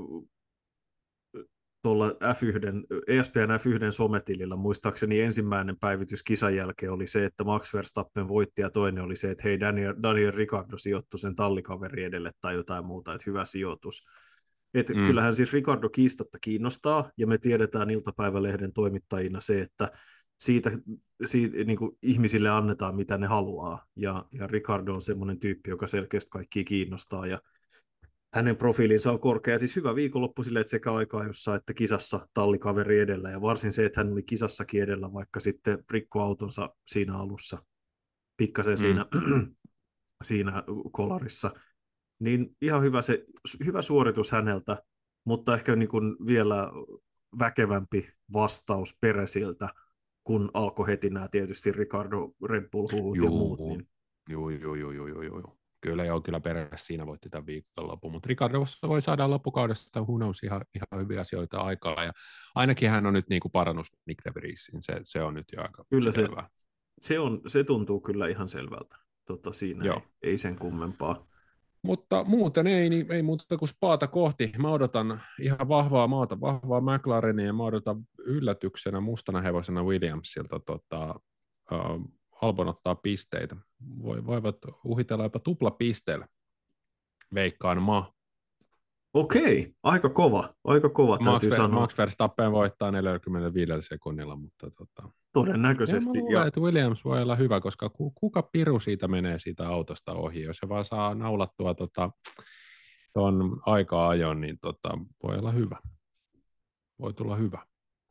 tuolla F yksi, E S P N F yksi sometilillä muistaakseni ensimmäinen päivitys kisan jälkeen oli se, että Max Verstappen voitti ja toinen oli se, että hei Daniel, Daniel Ricciardo sijoittui sen tallikaveri edelle tai jotain muuta, että hyvä sijoitus. Et mm. Kyllähän siis Ricardo kiistatta kiinnostaa ja me tiedetään iltapäivälehden toimittajina se, että siitä, siitä niin kuin ihmisille annetaan mitä ne haluaa ja, ja Ricardo on semmoinen tyyppi, joka selkeästi kaikkia kiinnostaa ja hänen profiilinsa on korkea, siis hyvä viikonloppu silleen, että sekä aikaa jossa että kisassa tallikaveri edellä, ja varsin se, että hän oli kisassakin edellä, vaikka sitten rikkoautonsa siinä alussa, pikkasen mm. siinä, siinä kolarissa, niin ihan hyvä, se, hyvä suoritus häneltä, mutta ehkä niin kuin vielä väkevämpi vastaus Peresiltä, kun alkoi heti nämä tietysti Ricardo, Red Bull-huhut ja muut. Niin... Joo, joo, joo, joo, joo, joo. Kyllä joo, kyllä Peres siinä voitti tämän viikonlopun, mutta Ricardo voi saada loppukaudesta who knows, ihan, ihan hyviä asioita aikaa, ja ainakin hän on nyt niin kuin parannus Nick de Vriesin, se, se on nyt jo aika kyllä selvää. Se, se, on, se tuntuu kyllä ihan selvältä, tota, siinä ei, ei sen kummempaa. Mutta muuten ei, niin ei muuta kuin spaata kohti. Mä odotan ihan vahvaa maata, vahvaa McLarenia, ja mä odotan yllätyksenä mustana hevosena Williamsilta tota, uh, Albon ottaa pisteitä. Voi, voivat uhitella jopa tuplapisteellä. Veikkaan ma. Okei, aika kova, aika kova Max, täytyy sanoa. Max Verstappen voittaa neljäkymmentäviisi sekunnilla, mutta tota, todennäköisesti. Ja mä luulen, että Williams voi olla hyvä, koska kuka piru siitä menee siitä autosta ohi, jos se vaan saa naulattua tota, ton aika-ajon, niin tota, voi olla hyvä. Voi tulla hyvä.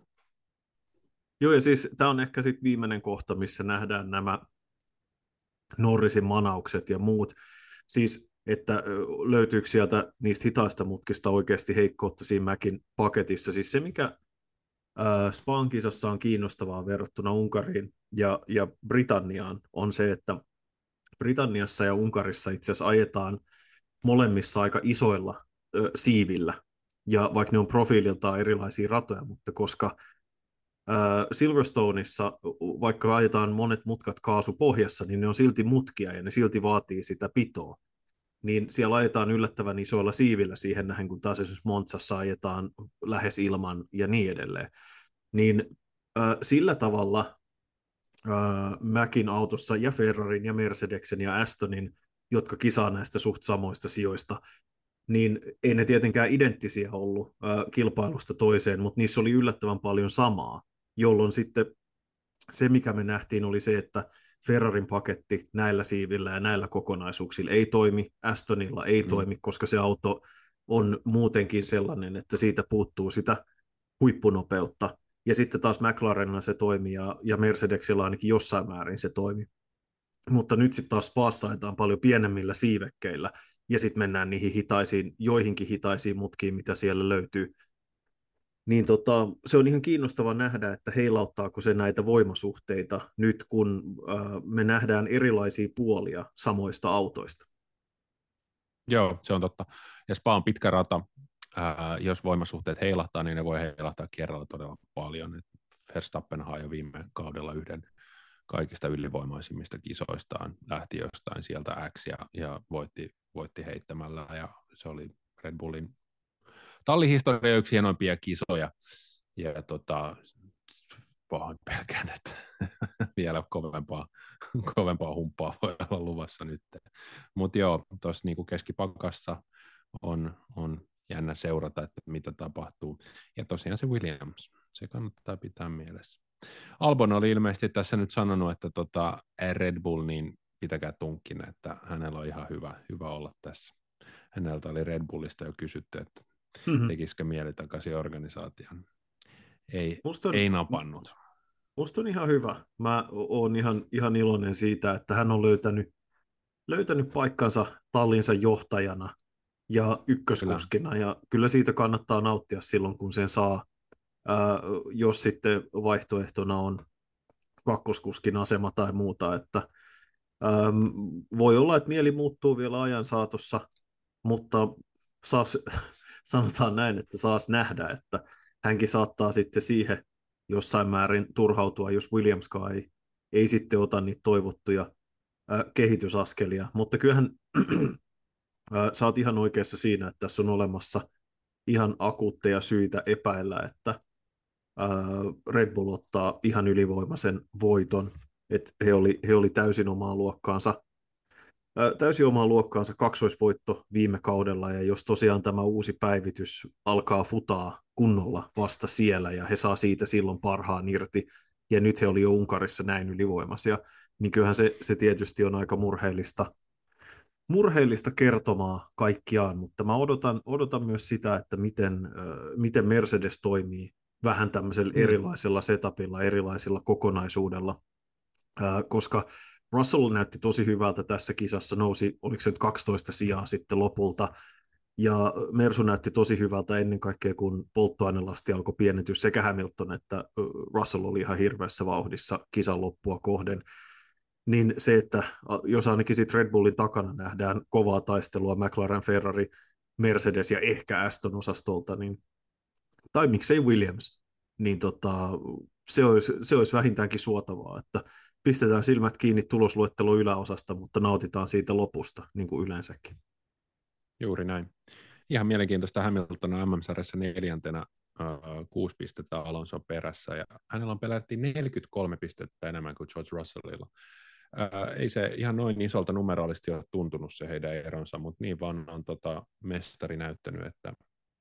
Joo, ja siis tämä on ehkä sitten viimeinen kohta, missä nähdään nämä Norrisin manaukset ja muut. Siis, että löytyykö sieltä niistä hitaista mutkista oikeasti heikkoutta siinä Mäkin paketissa. Siis se, mikä äh, Span kisassa on kiinnostavaa verrattuna Unkariin ja, ja Britanniaan, on se, että Britanniassa ja Unkarissa itse asiassa ajetaan molemmissa aika isoilla ö, siivillä, ja vaikka ne on profiililtaan erilaisia ratoja, mutta koska äh, Silverstoneissa, vaikka ajetaan monet mutkat kaasupohjassa, niin ne on silti mutkia ja ne silti vaatii sitä pitoa, niin siellä ajetaan yllättävän isoilla siivillä siihen nähden, kun taas esimerkiksi Monzassa ajetaan lähes ilman ja niin edelleen. Niin äh, sillä tavalla äh, Mäkin autossa ja Ferrarin ja Mercedeksen ja Astonin, jotka kisaa näistä suht samoista sijoista, niin ei ne tietenkään identtisiä ollut äh, kilpailusta toiseen, mutta niissä oli yllättävän paljon samaa, jolloin sitten se, mikä me nähtiin, oli se, että Ferrarin paketti näillä siivillä ja näillä kokonaisuuksilla ei toimi, Astonilla ei mm. toimi, koska se auto on muutenkin sellainen, että siitä puuttuu sitä huippunopeutta, ja sitten taas McLarenilla se toimii, ja, ja Mercedesillä ainakin jossain määrin se toimi. Mutta nyt sitten taas Spaassa ajetaan paljon pienemmillä siivekkeillä, ja sitten mennään niihin hitaisiin, joihinkin hitaisiin mutkiin, mitä siellä löytyy. Niin tota, se on ihan kiinnostava nähdä, että heilauttaako se näitä voimasuhteita nyt, kun äh, me nähdään erilaisia puolia samoista autoista. Joo, se on totta. Ja Spa on pitkä rata. Ää, jos voimasuhteet heilahtaa, niin ne voi heilahtaa kerralla todella paljon. Et Verstappen jo viime kaudella yhden kaikista ylivoimaisimmista kisoistaan, lähti jostain sieltä X ja, ja voitti, voitti heittämällä, ja se oli Red Bullin tallihistoria yksi hienoimpia kisoja, ja tota, pahoin pelkään, että vielä kovempaa, kovempaa humppaa voi olla luvassa nyt. Mutta joo, tuossa niinku keskipakassa on, on jännä seurata, että mitä tapahtuu. Ja tosiaan se Williams, se kannattaa pitää mielessä. Albon oli ilmeisesti tässä nyt sanonut, että tota Red Bull, niin pitäkää tunkkina, että hänellä on ihan hyvä, hyvä olla tässä. Häneltä oli Red Bullista jo kysytty, että mm-hmm. tekisikö mieli takaisin organisaation. Ei, on, ei napannut. Musta on ihan hyvä. Mä oon ihan, ihan iloinen siitä, että hän on löytänyt, löytänyt paikkansa tallinsa johtajana ja ykköskuskina. Kyllä. Ja kyllä siitä kannattaa nauttia silloin, kun sen saa. Ää, jos sitten vaihtoehtona on kakkoskuskin asema tai muuta, että äm, voi olla, että mieli muuttuu vielä ajan saatossa, mutta saas, sanotaan näin, että saas nähdä, että hänkin saattaa sitten siihen jossain määrin turhautua, jos Williamskaan ei, ei sitten ota niitä toivottuja ää, kehitysaskelia, mutta kyllähän ää, sä oot ihan oikeassa siinä, että tässä on olemassa ihan akuutteja syitä epäillä, että Red Bull ottaa ihan ylivoimaisen voiton, että he oli, he oli täysin omaa luokkaansa, täysin omaa luokkaansa kaksoisvoitto viime kaudella, ja jos tosiaan tämä uusi päivitys alkaa futaa kunnolla vasta siellä, ja he saa siitä silloin parhaan irti, ja nyt he oli jo Unkarissa näin ylivoimaisia, niin kyllähän se, se tietysti on aika murheellista, murheellista kertomaa kaikkiaan, mutta mä odotan, odotan myös sitä, että miten, miten Mercedes toimii vähän tämmöisellä mm. erilaisella setupilla, erilaisilla kokonaisuudella, äh, koska Russell näytti tosi hyvältä tässä kisassa, nousi, oliko se nyt kaksitoista sijaa sitten lopulta, ja Mersu näytti tosi hyvältä ennen kaikkea, kun polttoainelasti alkoi pienentyä sekä Hamilton että Russell oli ihan hirveässä vauhdissa kisan loppua kohden, niin se, että jos ainakin sitten Red Bullin takana nähdään kovaa taistelua McLaren, Ferrari, Mercedes ja ehkä Aston osastolta, niin tai miksei Williams, niin tota, se, olisi, se olisi vähintäänkin suotavaa, että pistetään silmät kiinni tulosluettelon yläosasta, mutta nautitaan siitä lopusta, niin kuin yleensäkin. Juuri näin. Ihan mielenkiintoista, Hamilton on M M-sarjassa neljäntenä äh, kuusi pistettä Alonso perässä, ja hänellä on pelätty neljäkymmentäkolme pistettä enemmän kuin George Russellilla. Äh, ei se ihan noin isolta numeraalisesti ole tuntunut se heidän eronsa, mutta niin vaan on tota, mestari näyttänyt, että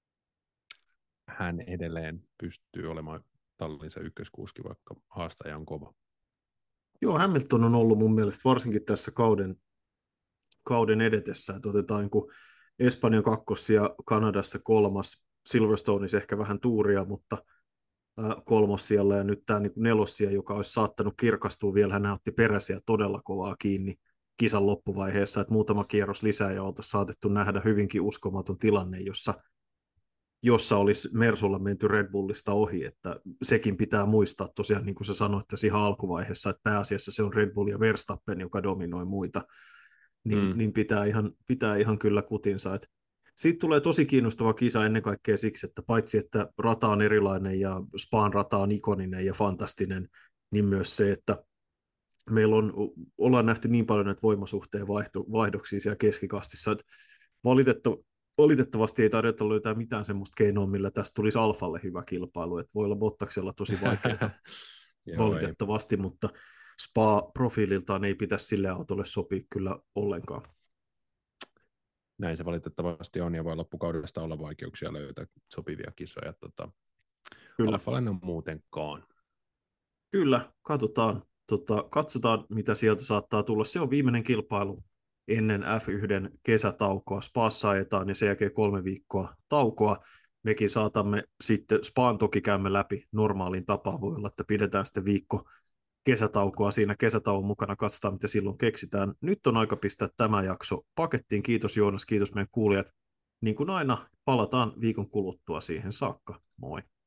hän edelleen pystyy olemaan tallinsa ykköskuski, vaikka haastaja on kova. Joo, Hamilton on ollut mun mielestä varsinkin tässä kauden, kauden edetessä, että otetaan kun Espanjan kakkos ja Kanadassa kolmas, Silverstoneissa ehkä vähän tuuria, mutta kolmos siellä ja nyt tämä niin nelossia, joka olisi saattanut kirkastua vielä, hän otti peräsiä todella kovaa kiinni kisan loppuvaiheessa, että muutama kierros lisää ja oltaisiin saatettu nähdä hyvinkin uskomaton tilanne, jossa jossa olisi Mersulla menty Red Bullista ohi, että sekin pitää muistaa tosiaan, niin kuin sä sanoit tässä ihan alkuvaiheessa, että pääasiassa se on Red Bull ja Verstappen, joka dominoi muita, niin, mm. niin pitää, ihan, pitää ihan kyllä kutinsa. Et siitä tulee tosi kiinnostava kisa ennen kaikkea siksi, että paitsi että rata on erilainen ja Span rata on ikoninen ja fantastinen, niin myös se, että meillä on, ollaan nähty niin paljon näitä voimasuhteen vaihto, vaihdoksia siellä keskikastissa, että valitettavasti Valitettavasti ei tarjota löytää mitään semmoista keinoa, millä tästä tulisi Alfalle hyvä kilpailu. Että voi olla Bottaksella tosi vaikeaa valitettavasti, mutta Spa-profiililtaan ei pitäisi sille autolle sopia kyllä ollenkaan. Näin se valitettavasti on, ja voi loppukaudesta olla vaikeuksia löytää sopivia kisoja. Tota, Alfalle on muutenkaan. Kyllä, katsotaan, tota, katsotaan, mitä sieltä saattaa tulla. Se on viimeinen kilpailu ennen F yhden kesätaukoa. Spaassa ajetaan ja sen jälkeen kolme viikkoa taukoa. Mekin saatamme sitten, Spaan toki käymme läpi normaalin tapaan, voi olla, että pidetään sitten viikko kesätaukoa siinä kesätauon mukana, katsotaan mitä silloin keksitään. Nyt on aika pistää tämä jakso pakettiin. Kiitos Joonas, kiitos meidän kuulijat. Niin kuin aina, palataan viikon kuluttua siihen saakka. Moi!